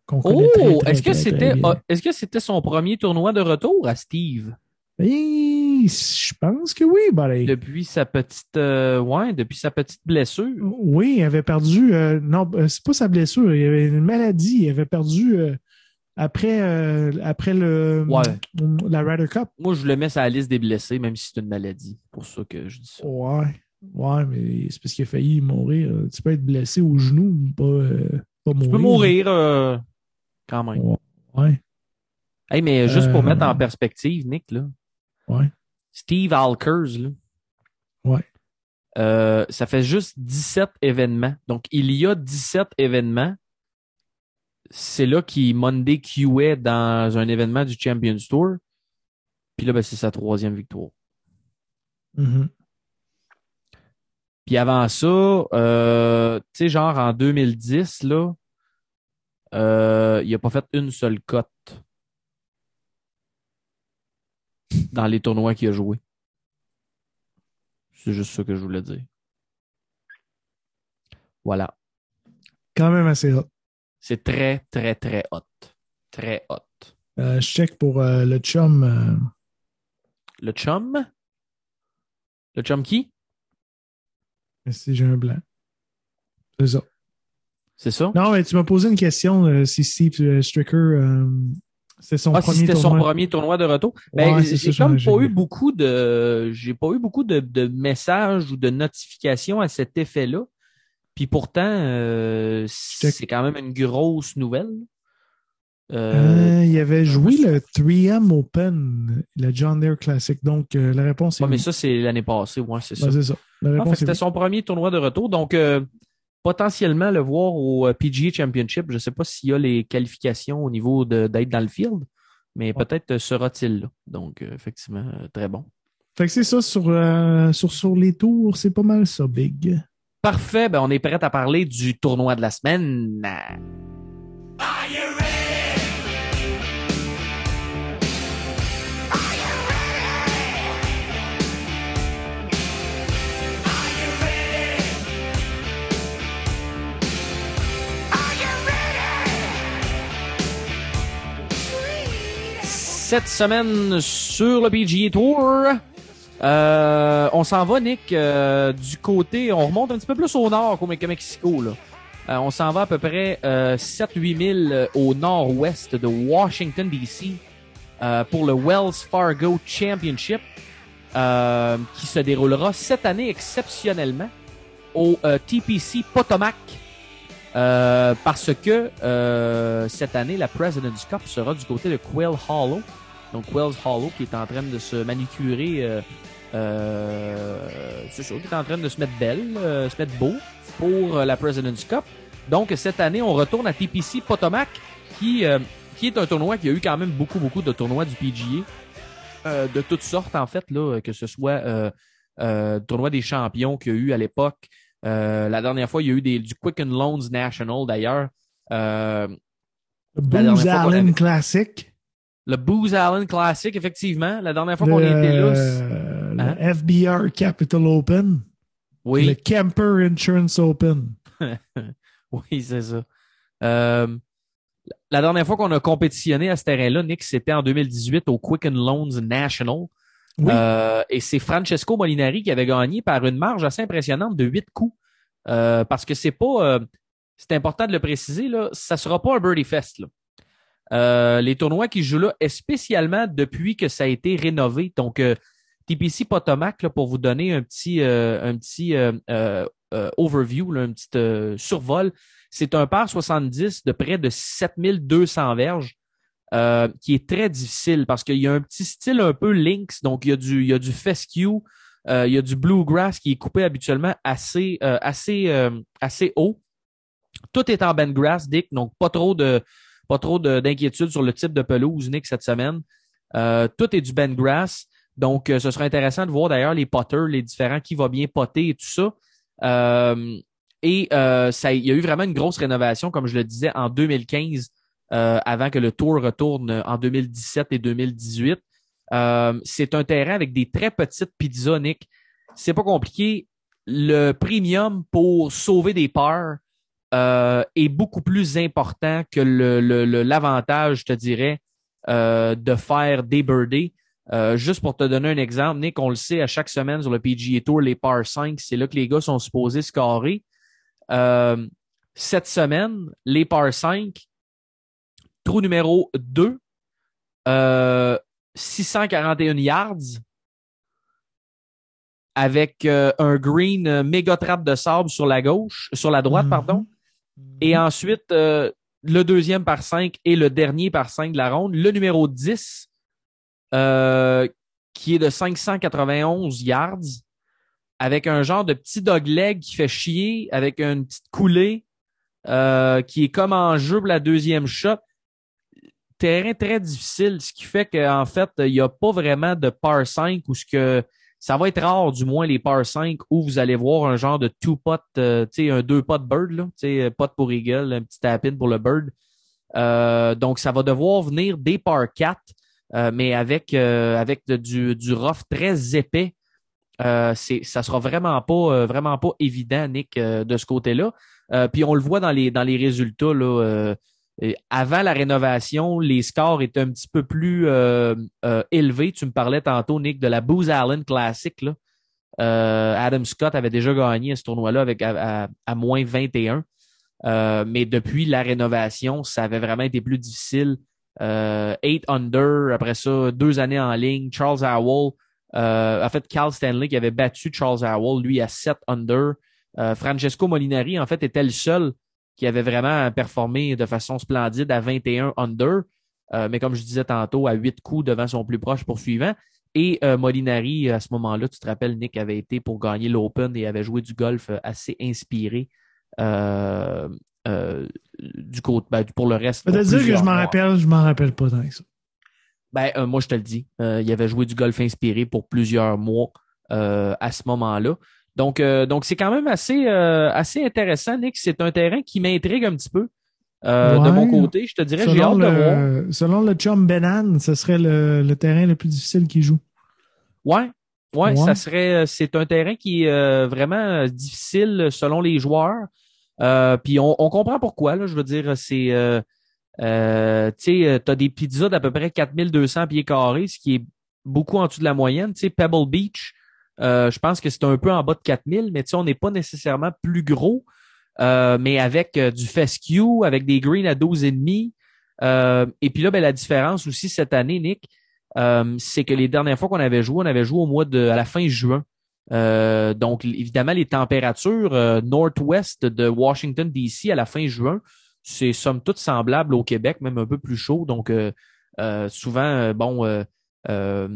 qu'on connaît très, Oh! très, Est-ce que très, c'était très bien. ah, est-ce que c'était son premier tournoi de retour à Steve? Et je pense que oui, buddy. Depuis sa petite euh, ouais, depuis sa petite blessure. Oui, il avait perdu. Euh, non, euh, c'est pas sa blessure. Il avait une maladie. Il avait perdu euh, après, euh, après le, Ouais. la Ryder Cup. Moi, je le mets sur la liste des blessés, même si c'est une maladie. C'est pour ça que je dis ça. Ouais. Ouais, mais c'est parce qu'il a failli mourir. Tu peux être blessé au genou, pas, euh, pas mourir. Tu peux mourir euh, quand même. Ouais. ouais. Hey, mais juste Euh, pour mettre en perspective, Nick, là, Ouais. Steve Alkers, là, Ouais. euh, ça fait juste dix-sept événements. Donc, il y a dix-sept événements. C'est là qu'il Monday Q A dans un événement du Champions Tour. Puis là, ben, c'est sa troisième victoire. Mm-hmm. Puis avant ça, euh, tu sais, genre en deux mille dix, là, euh, il n'a pas fait une seule cote dans les tournois qu'il a joué. C'est juste ça que je voulais dire. Voilà. Quand même assez hot. C'est très, très, très hot. Très hot. Euh, je check pour euh, le chum. Euh... Le chum? Le chum qui? Si j'ai un blanc. C'est ça. C'est ça? Non, mais tu m'as posé une question euh, si Steve Stricker, euh, c'est son ah, premier si c'était tournoi. son premier tournoi de retour. Ben, Ouais, j'ai ça, comme j'ai pas vu. eu beaucoup de, j'ai pas eu beaucoup de, de messages ou de notifications à cet effet-là. Puis pourtant, euh, c'est quand même une grosse nouvelle. Euh, euh, il avait joué le trois M Open, le John Deere Classic. Donc, euh, la réponse est ouais, mais oui. ça, c'est l'année passée. Ouais, c'est Ben, ça. c'est ça. La réponse ah, fait que est c'était oui. son premier tournoi de retour. Donc, euh, potentiellement, le voir au P G A Championship. Je ne sais pas s'il y a les qualifications au niveau de, d'être dans le field, mais ouais. peut-être sera-t-il là. Donc, euh, effectivement, euh, très bon. Fait que c'est ça sur, euh, sur, sur les tours. C'est pas mal ça, Big. Parfait. Ben, on est prêt à parler du tournoi de la semaine. Are you ready? Cette semaine sur le P G A Tour, euh, on s'en va, Nick, euh, du côté, on remonte un petit peu plus au nord qu'au Mexico, là. Euh, on s'en va à peu près euh, sept à huit milles au nord-ouest de Washington, D C euh, pour le Wells Fargo Championship euh, qui se déroulera cette année exceptionnellement au euh, T P C Potomac. Euh, parce que euh, cette année, la President's Cup sera du côté de Quail Hollow. Donc, Quail Hollow qui est en train de se manicurer, euh, euh, c'est sûr, qui est en train de se mettre belle, euh, se mettre beau pour euh, la President's Cup. Donc, cette année, on retourne à T P C Potomac, qui, euh, qui est un tournoi qui a eu quand même beaucoup, beaucoup de tournois du P G A, euh, de toutes sortes, en fait, là, que ce soit euh, euh, tournoi des champions qu'il y a eu à l'époque. Euh, la dernière fois, il y a eu des, du Quicken Loans National, d'ailleurs. Euh, le Booz Allen avait... Classic. Le Booz Allen Classic, effectivement. La dernière fois le, qu'on était là... Euh, hein? Le F B R Capital Open. Oui. Le Kemper Insurance Open. Oui, c'est ça. Euh, la dernière fois qu'on a compétitionné à ce terrain-là, Nick, c'était en deux mille dix-huit au Quicken Loans National. Oui. Euh, et c'est Francesco Molinari qui avait gagné par une marge assez impressionnante de huit coups. Euh, parce que c'est pas, euh, c'est important de le préciser, là, ça sera pas un birdie fest, là. Euh, les tournois qui jouent là, et spécialement depuis que ça a été rénové. Donc, euh, T P C Potomac, là, pour vous donner un petit, euh, un petit euh, euh, euh, overview, là, un petit euh, survol, c'est un par soixante-dix de près de sept mille deux cents verges. Euh, qui est très difficile parce qu'il y a un petit style un peu links, donc il y a du, il y a du fescue, euh, il y a du bluegrass qui est coupé habituellement assez, euh, assez, euh, assez haut. Tout est en bendgrass, Dick, donc pas trop de, pas trop de, d'inquiétude sur le type de pelouse, Nick, cette semaine. Euh, tout est du bendgrass, donc euh, ce sera intéressant de voir d'ailleurs les potters, les différents qui va bien potter et tout ça. Euh, et euh, ça, il y a eu vraiment une grosse rénovation, comme je le disais, en deux mille quinze. Euh, avant que le Tour retourne en deux mille dix-sept et deux mille dix-huit. Euh, c'est un terrain avec des très petites pizzas, Nick. C'est pas compliqué. Le premium pour sauver des parts euh, est beaucoup plus important que le, le, le, l'avantage, je te dirais, euh, de faire des birdies. Euh, juste pour te donner un exemple, Nick, on le sait, à chaque semaine sur le P G A Tour, les par cinq, c'est là que les gars sont supposés scorer. Euh, cette semaine, les par cinq, trou numéro deux, euh, six cent quarante et un yards, avec euh, un green euh, méga trappe de sable sur la gauche, sur la droite, mm-hmm. pardon. Et ensuite, euh, le deuxième par cinq et le dernier par cinq de la ronde, le numéro dix, euh, qui est de cinq cent quatre-vingt-onze yards, avec un genre de petit dogleg qui fait chier, avec une petite coulée, euh, qui est comme en jeu pour la deuxième shot. Terrain très difficile, ce qui fait qu'en fait, il n'y a pas vraiment de par cinq ou ce que ça va être rare, du moins, les par cinq où vous allez voir un genre de two-pot, euh, tu sais, un deux-pot bird, là, tu sais, pot pour eagle, un petit tap-in pour le bird. Euh, donc, ça va devoir venir des par quatre, euh, mais avec euh, avec de, du, du rough très épais. Euh, c'est, ça sera vraiment pas euh, vraiment pas évident, Nick, euh, de ce côté-là. Euh, puis on le voit dans les dans les résultats, là. Euh, Et avant la rénovation, les scores étaient un petit peu plus euh, euh, élevés. Tu me parlais tantôt, Nick, de la Booz Allen Classic, là. Euh, Adam Scott avait déjà gagné à ce tournoi-là avec à, à, à moins vingt et un. Euh, mais depuis la rénovation, ça avait vraiment été plus difficile. Euh, eight under, après ça, deux années en ligne. Charles Howell, euh, en fait, Carl Stanley qui avait battu Charles Howell, lui, à sept under. Euh, Francesco Molinari, en fait, était le seul qui avait vraiment performé de façon splendide à vingt et un under, euh, mais comme je disais tantôt, à huit coups devant son plus proche poursuivant. Et euh, Molinari, à ce moment-là, tu te rappelles, Nick, avait été pour gagner l'Open et avait joué du golf assez inspiré euh, euh, du côté, ben, pour le reste. Peut-être dire que je m'en mois. rappelle, je m'en rappelle pas tant que ça. Ben, euh, moi, je te le dis. Euh, il avait joué du golf inspiré pour plusieurs mois euh, à ce moment-là. Donc, euh, donc c'est quand même assez, euh, assez intéressant, Nick. C'est un terrain qui m'intrigue un petit peu. Euh, ouais. De mon côté, je te dirais, j'ai hâte le, de voir. Selon le chum Benan, ce serait le, le terrain le plus difficile qu'il joue. Ouais, ouais, ouais, ça serait. C'est un terrain qui est euh, vraiment difficile selon les joueurs. Euh, puis on, on comprend pourquoi. Là, je veux dire, c'est, euh, euh, tu sais, t'as des pizzas d'à peu près quatre mille deux cents pieds carrés, ce qui est beaucoup en dessous de la moyenne. Tu sais, Pebble Beach. Euh, je pense que c'est un peu en bas de quatre mille, mais tu sais, on n'est pas nécessairement plus gros, euh, mais avec euh, du fescue, avec des greens à douze virgule cinq. Euh, et puis là, ben, la différence aussi cette année, Nick, euh, c'est que les dernières fois qu'on avait joué, on avait joué au mois de, à la fin juin. Euh, donc, évidemment, les températures euh, nord-ouest de Washington, D C à la fin juin, c'est somme toute semblable au Québec, même un peu plus chaud. Donc, euh, euh, souvent, euh, bon... Euh, euh,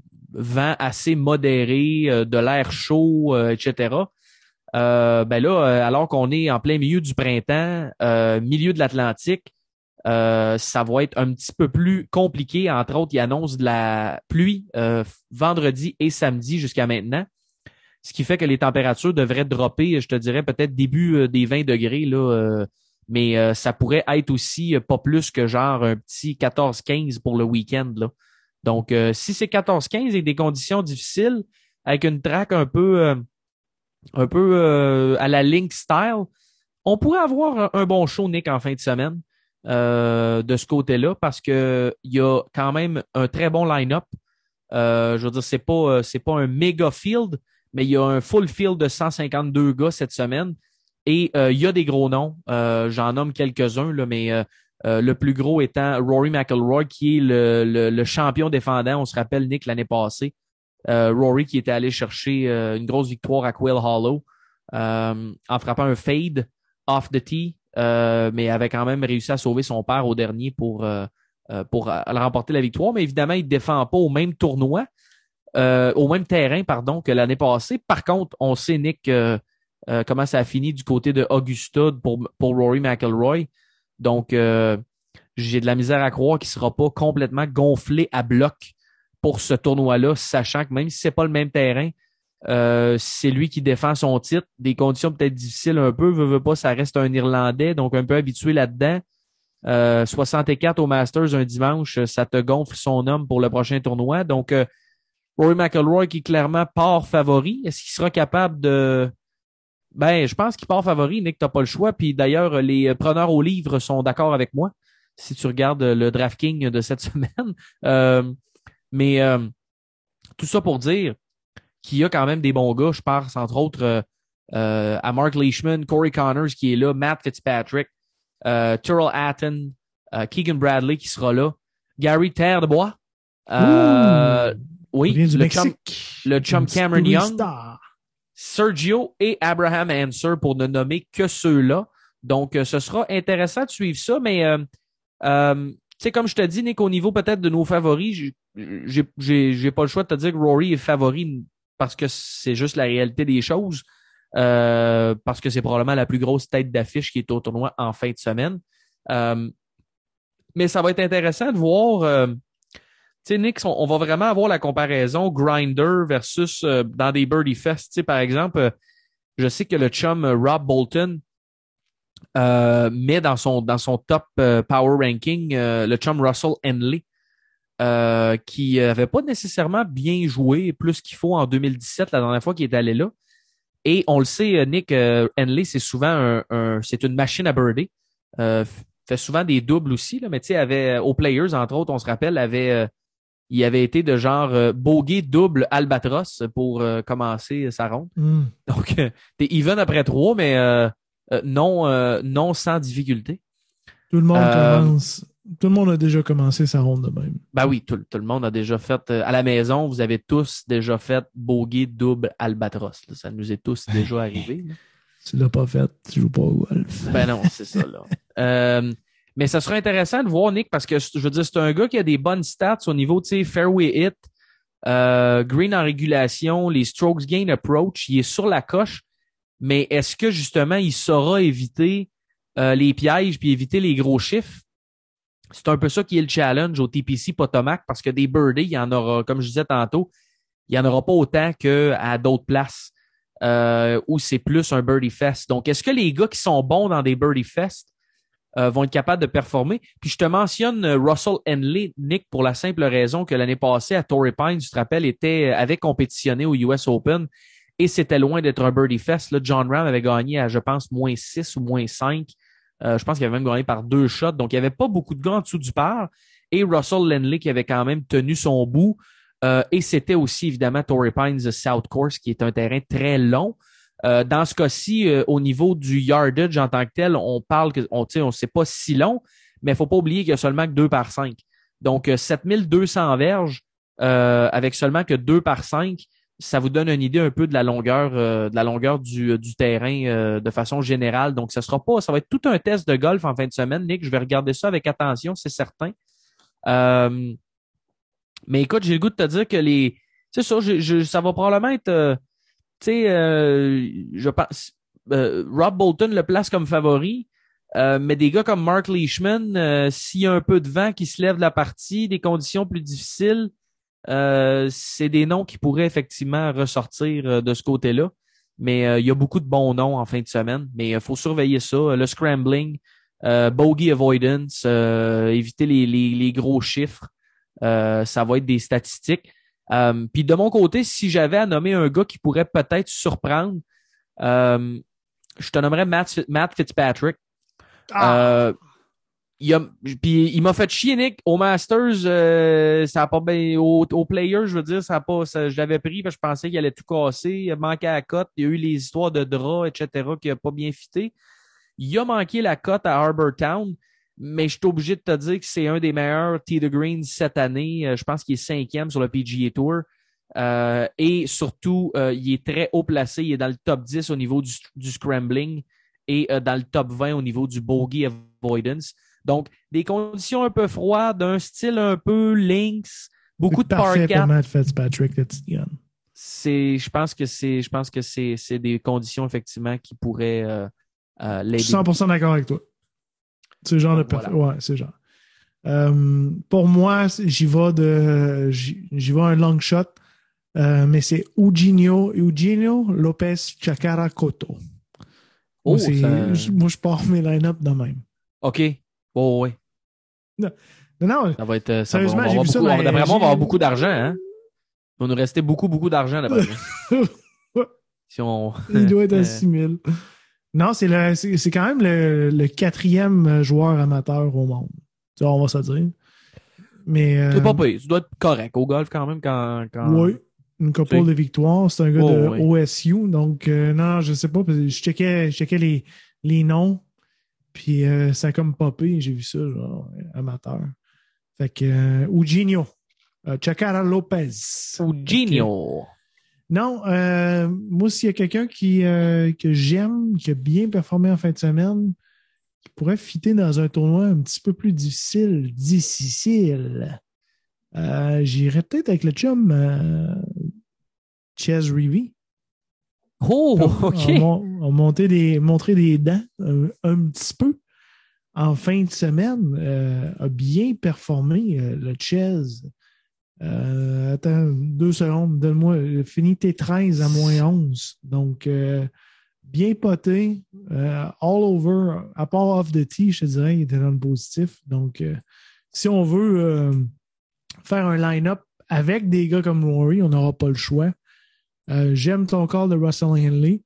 vent assez modéré, euh, de l'air chaud, euh, et cetera. Euh, ben là, euh, alors qu'on est en plein milieu du printemps, euh, milieu de l'Atlantique, euh, ça va être un petit peu plus compliqué. Entre autres, il annonce de la pluie euh, vendredi et samedi jusqu'à maintenant, ce qui fait que les températures devraient dropper, je te dirais peut-être début euh, des vingt degrés, là, euh, mais euh, ça pourrait être aussi euh, pas plus que genre un petit quatorze quinze pour le week-end, là. Donc, euh, si c'est quatorze quinze et des conditions difficiles, avec une track un peu euh, un peu euh, à la Link style, on pourrait avoir un, un bon show, Nick, en fin de semaine euh, de ce côté-là, parce que il y a quand même un très bon line-up. Euh, je veux dire, c'est pas c'est pas un méga field, mais il y a un full field de cent cinquante-deux gars cette semaine. Et euh, il y a des gros noms. Euh, j'en nomme quelques-uns, là, mais euh, Euh, le plus gros étant Rory McIlroy, qui est le, le, le champion défendant. On se rappelle, Nick, l'année passée. Euh, Rory qui était allé chercher euh, une grosse victoire à Quail Hollow euh, en frappant un fade off the tee, euh, mais avait quand même réussi à sauver son père au dernier pour, euh, pour euh, remporter la victoire. Mais évidemment, il ne défend pas au même tournoi, euh, au même terrain, pardon, que l'année passée. Par contre, on sait, Nick, euh, euh, comment ça a fini du côté de Augusta pour, pour Rory McIlroy. Donc, euh, j'ai de la misère à croire qu'il ne sera pas complètement gonflé à bloc pour ce tournoi-là, sachant que même si c'est pas le même terrain, euh, c'est lui qui défend son titre. Des conditions peut-être difficiles un peu, veut, veut pas, ça reste un Irlandais, donc un peu habitué là-dedans. Euh, soixante-quatre au Masters un dimanche, ça te gonfle son homme pour le prochain tournoi. Donc, euh, Rory McIlroy qui clairement part favori, est-ce qu'il sera capable de Ben, je pense qu'il part favori, Nick, t'as pas le choix. Puis d'ailleurs, les preneurs au livre sont d'accord avec moi, si tu regardes le DraftKings de cette semaine. Euh, mais euh, tout ça pour dire qu'il y a quand même des bons gars. Je pense, entre autres, euh, euh, à Mark Leishman, Corey Connors qui est là, Matt Fitzpatrick, euh, Tyrrell Hatton, euh, Keegan Bradley qui sera là, Gary Terrebois, euh, oui, du le chum, Mexique. le chum Cameron Young, Star. Sergio et Abraham Anser pour ne nommer que ceux-là. Donc, euh, ce sera intéressant de suivre ça, mais euh, euh, tu sais, comme je te dis, Nick, au niveau peut-être de nos favoris, j'ai, j'ai, j'ai, j'ai pas le choix de te dire que Rory est favori parce que c'est juste la réalité des choses, euh, parce que c'est probablement la plus grosse tête d'affiche qui est au tournoi en fin de semaine. Euh, mais ça va être intéressant de voir... Euh, tu sais, Nick, on, on va vraiment avoir la comparaison Grinder versus euh, dans des Birdie Fest. Tu sais, par exemple, euh, je sais que le chum euh, Rob Bolton euh, met dans son dans son top euh, power ranking euh, le chum Russell Henley, euh, qui avait pas nécessairement bien joué plus qu'il faut en deux mille dix-sept, la dernière fois qu'il est allé là. Et on le sait, Nick, euh, Henley, c'est souvent un, un c'est une machine à birdie. Euh, fait souvent des doubles aussi, là, mais tu sais, avait aux Players, entre autres, on se rappelle, avait euh, il avait été de genre euh, bogey double albatros pour euh, commencer sa ronde. Mm. Donc, euh, t'es even après trois, mais euh, euh, non, euh, non sans difficulté. Tout le monde Euh, commence. Tout le monde a déjà commencé sa ronde de même. Ben oui, tout, tout le monde a déjà fait. Euh, à la maison, vous avez tous déjà fait bogey double albatros. Là. Ça nous est tous déjà arrivé. Là. Tu l'as pas fait, tu joues pas au golf. Ben non, c'est ça, là. Euh, mais ça serait intéressant de voir, Nick, parce que je veux dire, c'est un gars qui a des bonnes stats au niveau, tu sais, fairway hit, euh, green en régulation, les strokes gain approach, il est sur la coche, mais est-ce que justement il saura éviter euh, les pièges puis éviter les gros chiffres? C'est un peu ça qui est le challenge au T P C Potomac, parce que des birdies, il y en aura, comme je disais tantôt, il y en aura pas autant qu'à d'autres places euh, où c'est plus un birdie fest. Donc, est-ce que les gars qui sont bons dans des birdie fest Euh, vont être capables de performer? Puis je te mentionne euh, Russell Henley, Nick, pour la simple raison que l'année passée à Torrey Pines, tu te rappelles, était, avait compétitionné au U S Open et c'était loin d'être un birdie fest. Là, John Ram avait gagné à, je pense, moins six ou moins cinq. Euh, je pense qu'il avait même gagné par deux shots. Donc, il n'y avait pas beaucoup de gars en dessous du par. Et Russell Henley qui avait quand même tenu son bout. Euh, et c'était aussi, évidemment, Torrey Pines South Course, qui est un terrain très long. Euh, dans ce cas-ci, euh, au niveau du yardage en tant que tel, on parle que on ne sait pas si long, mais il ne faut pas oublier qu'il y a seulement que deux par cinq. Donc, euh, sept mille deux cents verges euh, avec seulement que deux par cinq, ça vous donne une idée un peu de la longueur, euh, de la longueur du, du terrain euh, de façon générale. Donc, ça sera pas, ça va être tout un test de golf en fin de semaine, Nick. Je vais regarder ça avec attention, c'est certain. Euh, mais écoute, j'ai le goût de te dire que les, c'est ça, je, je, ça va probablement être euh, tu sais, euh, je pense, euh, Rob Bolton le place comme favori, euh, mais des gars comme Mark Leishman, euh, s'il y a un peu de vent qui se lève de la partie, des conditions plus difficiles, euh, c'est des noms qui pourraient effectivement ressortir euh, de ce côté-là. Mais euh, il y a beaucoup de bons noms en fin de semaine, mais il faut surveiller ça. Le scrambling, euh, bogey avoidance, euh, éviter les, les, les gros chiffres, euh, ça va être des statistiques. Euh, puis de mon côté, si j'avais à nommer un gars qui pourrait peut-être surprendre, euh, je te nommerais Matt, Matt Fitzpatrick. Ah. Euh, il a, puis il m'a fait chier, Nick, au Masters, euh, ça a pas bien, au, au Players, je veux dire, ça a pas, ça, je l'avais pris parce que je pensais qu'il allait tout casser, il a manqué à la cote, il y a eu les histoires de draps, et cetera, qui a pas bien fité. Il a manqué la cote à Harbour Town. Mais je suis obligé de te dire que c'est un des meilleurs tee de green cette année. Euh, je pense qu'il est cinquième sur le P G A Tour. Euh, et surtout, euh, il est très haut placé. Il est dans le top dix au niveau du, du scrambling et euh, dans le top vingt au niveau du bogey avoidance. Donc, des conditions un peu froides, un style un peu links, beaucoup de par parfait quatre. pour Matt Fitzpatrick, le petit gun. C'est, je pense que c'est, je pense que c'est, c'est des conditions effectivement qui pourraient euh, euh, l'aider. Je suis cent pour cent d'accord avec toi. C'est le genre Donc, de parfait. voilà. Ouais, c'est le genre. Euh, pour moi, j'y vais de j'y, j'y vais un long shot, euh, mais c'est Eugenio, Eugenio Lopez Chacaracoto. Oh, moi, c'est, ça... je, moi, je pars mes line-up de même. OK. Oh, oui. Non, non, Ça va être. Ça sérieusement, va, on va j'ai avoir vu ça beaucoup, dans on, d'après les- moi, on va avoir j'ai- beaucoup d'argent. Hein? Il va nous rester beaucoup, beaucoup d'argent d'après moi. Si on... Il doit être à six mille. Non, c'est, le, c'est, c'est quand même le, le quatrième joueur amateur au monde. Tu vois, on va se dire. Mais, euh, C'est pas pire. Tu dois être correct au golf quand même. quand, quand... Oui, une couple de victoires. C'est un gars oh, de oui. O S U. Donc, euh, non, je sais pas. Parce que je checkais, je checkais les, les noms. Puis, euh, ça a comme popé. J'ai vu ça, genre, amateur. Fait que, euh, Eugenio. Euh, Chacara Lopez. Eugenio. Non, euh, moi, s'il y a quelqu'un qui, euh, que j'aime, qui a bien performé en fin de semaine, qui pourrait fitter dans un tournoi un petit peu plus difficile, difficile, euh, j'irais peut-être avec le chum euh, Ches Reavie. Oh, on, OK. On, on monté des, montré des dents un, un petit peu en fin de semaine. Euh, a bien performé euh, le Ches. Euh, attends, deux secondes, donne-moi. Fini T treize à moins onze. Donc, euh, bien poté. Euh, all over, à part off the tee, je te dirais, il était dans le positif. Donc, euh, si on veut euh, faire un line-up avec des gars comme Rory, on n'aura pas le choix. Euh, j'aime ton call de Russell Henley.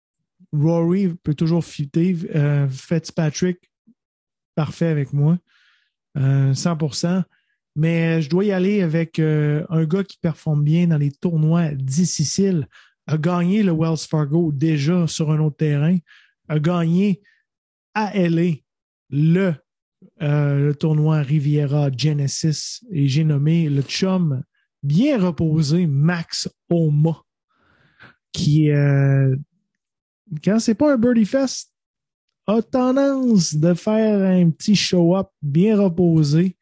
Rory peut toujours fitter. Euh, Fitzpatrick, parfait avec moi. Euh, cent pour cent. Mais je dois y aller avec euh, un gars qui performe bien dans les tournois difficiles, a gagné le Wells Fargo déjà sur un autre terrain, a gagné à L A le, euh, le tournoi Riviera Genesis et j'ai nommé le chum bien reposé Max Homa qui, euh, quand c'est pas un birdie fest, a tendance de faire un petit show-up bien reposé.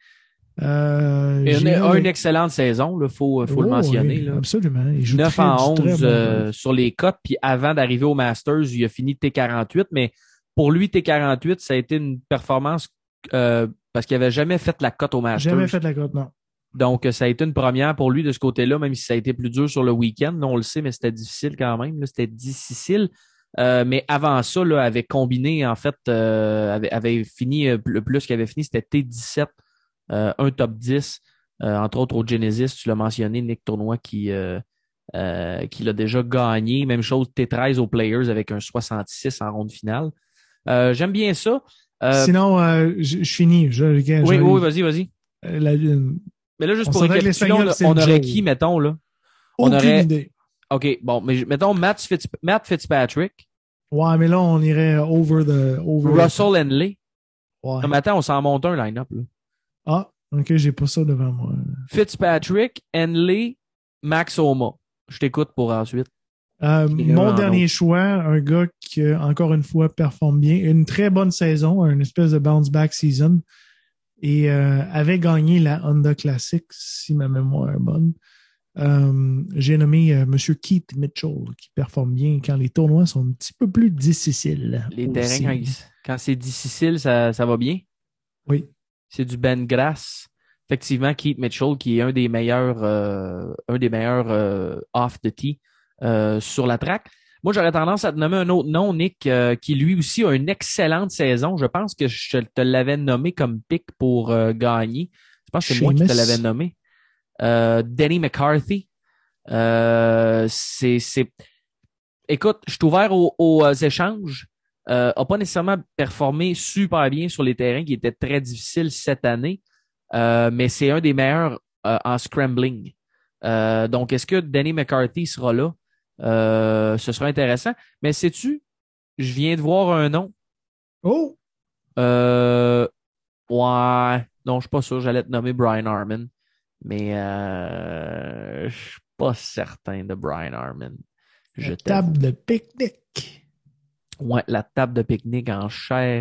Euh, Il a une excellente saison, il faut, faut oh, le mentionner. Oui, là. absolument. Il joue neuf très, en onze très bon euh, sur les cotes, puis avant d'arriver au Masters, il a fini T quarante-huit, mais pour lui, T quarante-huit, ça a été une performance euh, parce qu'il n'avait jamais fait la cote au Masters. Jamais fait la cote, non. Donc, ça a été une première pour lui de ce côté-là, même si ça a été plus dur sur le week-end. Là, on le sait, mais c'était difficile quand même. Là, c'était difficile. Euh, mais avant ça, là, avait combiné, en fait, euh, avait, avait fini, euh, le plus qu'il avait fini, c'était T dix-sept. Euh, un top dix, euh, entre autres au Genesis, tu l'as mentionné, Nick Tournois qui, euh, euh, qui l'a déjà gagné. Même chose, T treize aux Players avec un soixante-six en ronde finale. Euh, j'aime bien ça. Euh, Sinon, euh, je, je finis. Je, je, oui, je, oui, vas-y, vas-y. Euh, la, mais là, juste on pour récapituler, on, on aurait Joe. qui, mettons, là? Aucune on aurait... idée. OK, bon, mais mettons Matt, Fitz... Matt Fitzpatrick. Ouais, mais là, on irait over the... Over Russell the... Henley. Ouais. Non, mais attends, on s'en monte un line-up, là. Ah, OK, j'ai pas ça devant moi. Fitzpatrick, Henley, Max Homa. Je t'écoute pour ensuite. Euh, mon dernier autre. choix, un gars qui, encore une fois, performe bien. Une très bonne saison, une espèce de bounce-back season. Et euh, avait gagné la Honda Classic, si ma mémoire est bonne. Euh, j'ai nommé euh, M. Keith Mitchell, qui performe bien quand les tournois sont un petit peu plus difficiles. Les aussi. terrains, quand, ils, quand c'est difficile, ça, ça va bien? Oui. C'est du Ben Grass. Effectivement, Keith Mitchell, qui est un des meilleurs, euh, un des meilleurs euh, off the tee euh, sur la track. Moi, j'aurais tendance à te nommer un autre nom, Nick, euh, qui lui aussi a une excellente saison. Je pense que je te l'avais nommé comme pick pour euh, gagner. Je pense que c'est moi qui te l'avais nommé. Euh, Denny McCarthy. Euh, c'est, c'est... Écoute, je suis ouvert aux, aux échanges. Euh, a pas nécessairement performé super bien sur les terrains qui étaient très difficiles cette année, euh, mais c'est un des meilleurs euh, en scrambling. Euh, donc, est-ce que Denny McCarthy sera là? Euh, ce sera intéressant. Mais sais-tu, je viens de voir un nom. Oh! Euh, ouais, non, je suis pas sûr. J'allais te nommer Brian Harman, mais euh, je suis pas certain de Brian Harman. Je La table de pique-nique. Ouais, la table de pique-nique en chair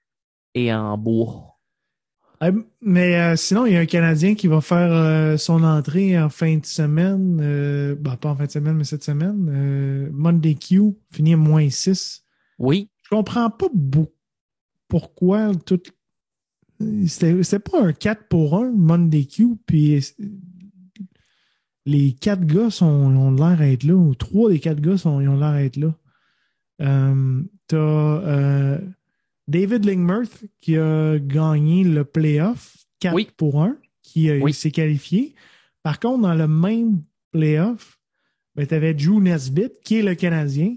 et en bois. Euh, mais euh, sinon, il y a un Canadien qui va faire euh, son entrée en fin de semaine. Euh, bah, pas en fin de semaine, mais cette semaine. Euh, Monday Q, fini à moins six. Oui. Je comprends pas beaucoup pourquoi tout. C'était, c'était pas un quatre pour un, Monday Q, puis les quatre gars sont, ils ont l'air d'être là, ou trois des quatre gars sont, ils ont l'air d'être là. Euh, t'as euh, David Lingmerth qui a gagné le playoff quatre oui. pour un, qui a, oui. s'est qualifié. Par contre, dans le même playoff, ben, tu avais Drew Nesbitt, qui est le Canadien,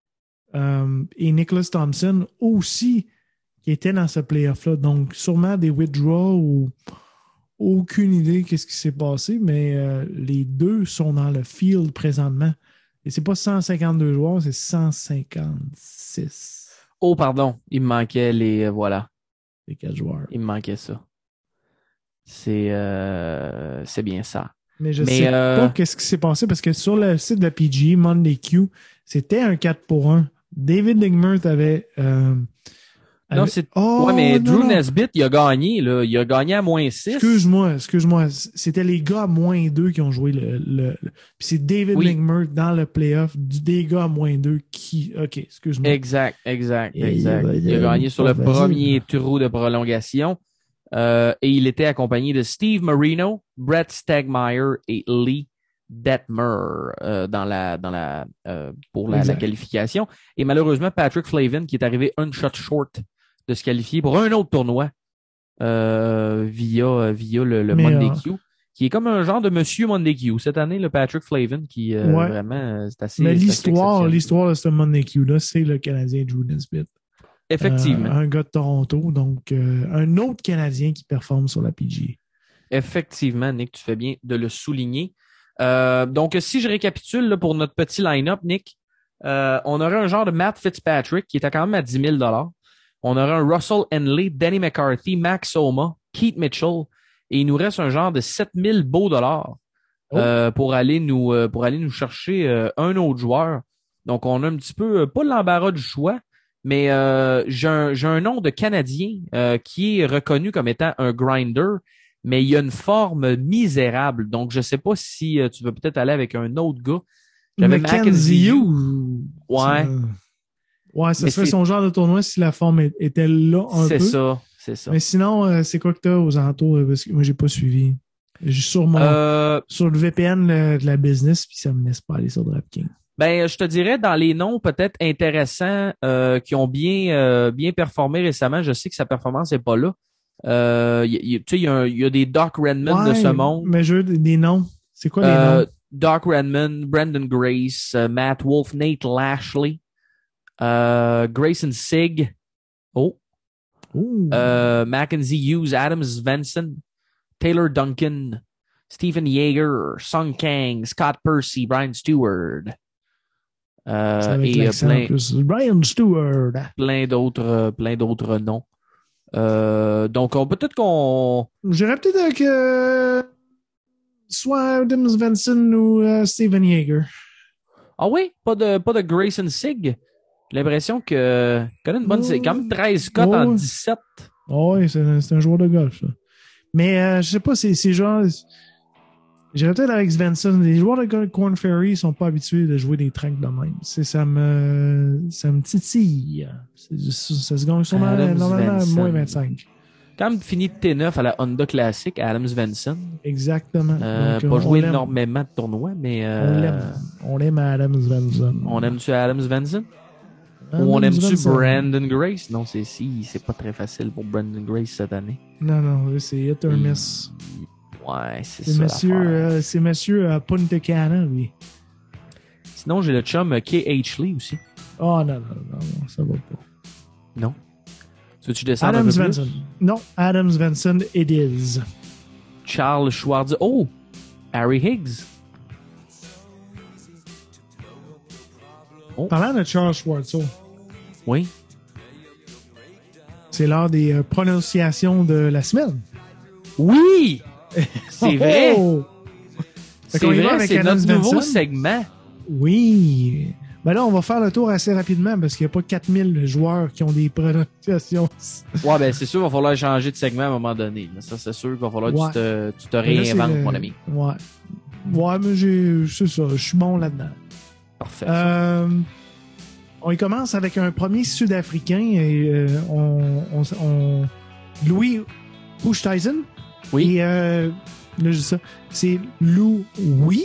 euh, et Nicholas Thompson aussi, qui était dans ce playoff-là. Donc, sûrement des withdrawals ou aucune idée qu'est-ce qui s'est passé, mais euh, les deux sont dans le field présentement. Et c'est pas cent cinquante-deux joueurs, c'est cent cinquante-six. Oh, pardon, il me manquait les... Euh, voilà. Les quatre joueurs. Il me manquait ça. C'est, euh, c'est bien ça. Mais je Mais, sais euh... pas qu'est-ce qui s'est passé, parce que sur le site de P G, Monday Q, c'était un quatre pour un. David Digmuth avait... Euh, Non, avait... c'est... Oh, ouais, mais non, Drew non. Nesbitt, il a gagné, là. Il a gagné à moins six. Excuse-moi, excuse-moi. C'était les gars à moins deux qui ont joué le... le, le... Puis c'est David Oui. Digmuth dans le playoff du des gars à moins deux qui... OK, excuse-moi. Exact, exact, Il- exact. il- Il a il- gagné il- sur le vas-y. premier trou de prolongation. Euh, et il était accompagné de Steve Marino, Brett Stegmeyer et Lee Detmer euh, dans la, dans la, euh, pour la, la Exact. qualification. Et malheureusement, Patrick Flavin, qui est arrivé un shot short de se qualifier pour un autre tournoi euh, via, via le, le Mais, Monday euh, Q, qui est comme un genre de Monsieur Monday Q. Cette année, le Patrick Flavin, qui euh, Ouais. vraiment, euh, c'est assez... Mais c'est assez l'histoire, exceptionnel. l'histoire de ce Monday Q-là, c'est le Canadien Drew Nesbitt. Effectivement. Euh, un gars de Toronto, donc euh, un autre Canadien qui performe sur la P G. Effectivement, Nick, tu fais bien de le souligner. Euh, donc, si je récapitule là, pour notre petit line-up, Nick, euh, on aurait un genre de Matt Fitzpatrick qui était quand même à dix mille dollars. On aurait un Russell Henley, Danny McCarthy, Max Homa, Keith Mitchell, et il nous reste un genre de sept mille beaux dollars euh, pour aller nous euh, pour aller nous chercher euh, un autre joueur. Donc, on a un petit peu, euh, pas l'embarras du choix, mais euh, j'ai un, j'ai un nom de Canadien euh, qui est reconnu comme étant un grinder, mais il y a une forme misérable. Donc, je sais pas si euh, tu veux peut-être aller avec un autre gars. J'avais Mackenzie Hughes. Hughes. Ouais. Ça- Ouais, ça Mais serait c'est- son genre de tournoi si la forme est- était là un C'est peu. ça, c'est ça. Mais sinon, euh, c'est quoi que t'as aux alentours? euh, Parce que moi, j'ai pas suivi. J'ai sur mon Euh, sur le V P N euh, de la business, puis ça me laisse pas aller sur DraftKings. Ben, je te dirais dans les noms peut-être intéressants euh, qui ont bien euh, bien performé récemment. Je sais que sa performance est pas là. Euh, y- y- tu sais, il y, a un- il y a des Doc Redman de Ouais, ce monde. Mais je veux des, des noms. C'est quoi les Euh, noms? Doc Redman, Brendan Grace, euh, Matt Wolf, Nate Lashley, euh, Grayson Sig, oh, Ouh. euh, Mackenzie Hughes, Adam Svensson, Taylor Duncan, Stephen Yeager, Sung Kang, Scott Percy, Brian Stewart. Euh, C'est avec et euh, l'accent en plein, plus. Brian Stewart. plein d'autres euh, plein d'autres noms. Euh, donc on peut-être qu'on J'irais peut-être avec euh, soit Adam Svensson ou euh, Steven Yeager. ah oui, pas de pas de Grayson Sig. J'ai l'impression que qu'il a une bonne Oh. c'est quand même treize cotes en Oh. dix-sept. Oh, oui, c'est un, c'est un joueur de golf, ça. Mais euh, je sais pas, c'est c'est genre. J'irais peut-être avec Svensson. Les joueurs de golf Corn Ferry sont pas habitués de jouer des tracks de même. C'est, ça me ça me titille. C'est, ça se gagne sûrement Adam normalement à Svensson. moins vingt-cinq. Quand même fini de T neuf à la Honda Classic à Adam Svensson. Exactement. Euh, Donc, pas on joué l'aime. énormément de tournois, mais On euh, l'aime. On l'aime à Adam Svensson. on aime-tu Adam Svensson? Adam Ou on aime-tu Svensson. Brandon Grace? Non, c'est si, c'est pas très facile pour Brandon Grace cette année. Non, non, c'est hit or Il- miss. Ouais, c'est C'est ça. monsieur, l'affaire. euh, c'est monsieur euh, Punta Cana, lui. Sinon, j'ai le chum euh, K H. Lee aussi. Oh non, non, non, non, ça va pas. Non? Tu veux-tu descendre un Adam peu Svensson. plus? Non, Adam Svensson, it is. Charles Schwartz. Oh! Harry Higgs. Parlant de Charles Schwartzel, Oui. c'est l'heure des euh, prononciations de la semaine. Oui! C'est vrai! Oh! Fait C'est qu'on y va vrai, avec c'est Adam notre nouveau Svensson. segment. Oui. Ben là, on va faire le tour assez rapidement parce qu'il n'y a pas quatre mille joueurs qui ont des prononciations. Ouais, ben c'est sûr, il va falloir changer de segment à un moment donné. Ça, c'est sûr qu'il va falloir Ouais. que tu te, tu te Mais là, c'est réinventes, le- mon ami. Ouais. Ouais, mais j'ai, c'est ça, je suis bon là-dedans. Parfait. Euh, on y commence avec un premier Sud-Africain et euh, on, on, on- Louis Oosthuizen. Oui. Et euh, là, je dis ça. C'est Louis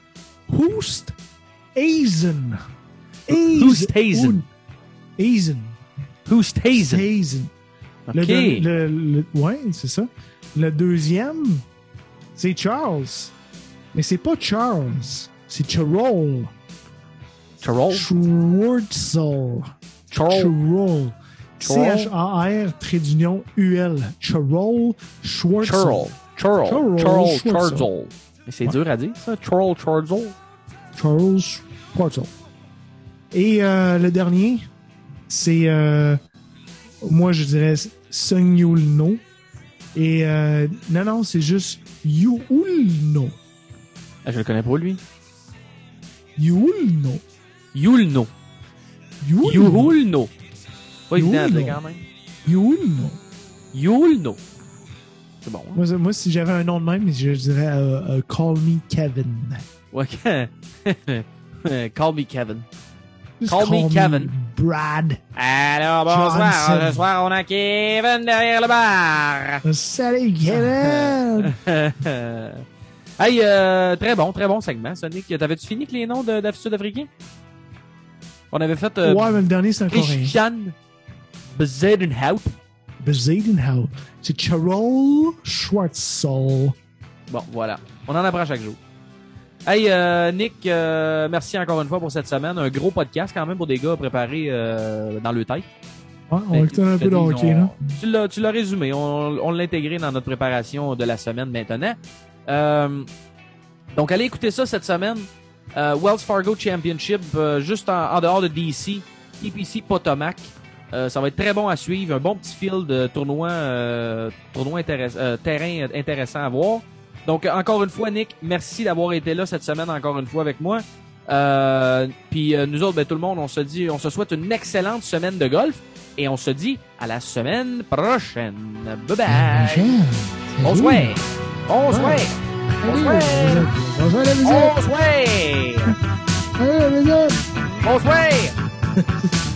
Oosthuizen. Oosthuizen. Oosthuizen. Oosthuizen. Oosthuizen. Le, OK. deux- le, le- ouais, c'est ça. Le deuxième, c'est Charles. Mais c'est pas Charles. C'est Charol. Charol? Schwartzel. Charol. Charol. C H A R, trait d'union, U L. Charol Schwartzel. Charol. Charol. Charol Schwartzel. Mais c'est Ouais. dur à dire, ça. Charol Schwartzel. Charles Schwartzel. Et euh, le dernier, c'est, euh, moi je dirais Sung Yul No. Et euh, non, non, c'est juste Yul No. Ah, je le connais pas, lui. Yul No. Yulno. Yul Yulno. Pas évident à Yulno. dire quand même. Yul No. Yulno. C'est bon. Hein? Moi, moi, si j'avais un nom de même, je dirais euh, euh, Call Me Kevin. Ouais. Call me Kevin. Just Call me Kevin. Brad. Alors, bonsoir. Johnson. Ce soir, on a Kevin derrière le bar. Salut Kevin! Hey, euh, très bon, très bon segment, Sonic. T'avais-tu fini avec les noms de, de Sud-Africains? On avait fait euh, Ouais, mais le dernier, c'est un coréen. Christian Bezuidenhout. Bezuidenhout. C'est Charol Schwartzel. Bon, voilà. On en apprend chaque jour. Hey, euh, Nick, euh, merci encore une fois pour cette semaine. Un gros podcast quand même pour des gars préparés euh, dans le tête. Ouais, on va écouter un peu de hockey, là. Tu l'as, tu l'as résumé. On, on l'a intégré dans notre préparation de la semaine maintenant. Euh, donc, allez écouter ça cette semaine. Euh, Wells Fargo Championship, euh, juste en, en dehors de D C, T P C Potomac. Euh, ça va être très bon à suivre. Un bon petit fil de tournoi, euh, tournoi intéress- euh, terrain intéressant à voir. Donc, encore une fois, Nick, merci d'avoir été là cette semaine encore une fois avec moi. Euh, puis euh, nous autres, ben, tout le monde, on se dit, on se souhaite une excellente semaine de golf et on se dit à la semaine prochaine. Bye bye. Bonsoir. Bonsoir. Bonsoir. Bonsoir la visite. Bonsoir. Bonsoir la visite. Bonsoir.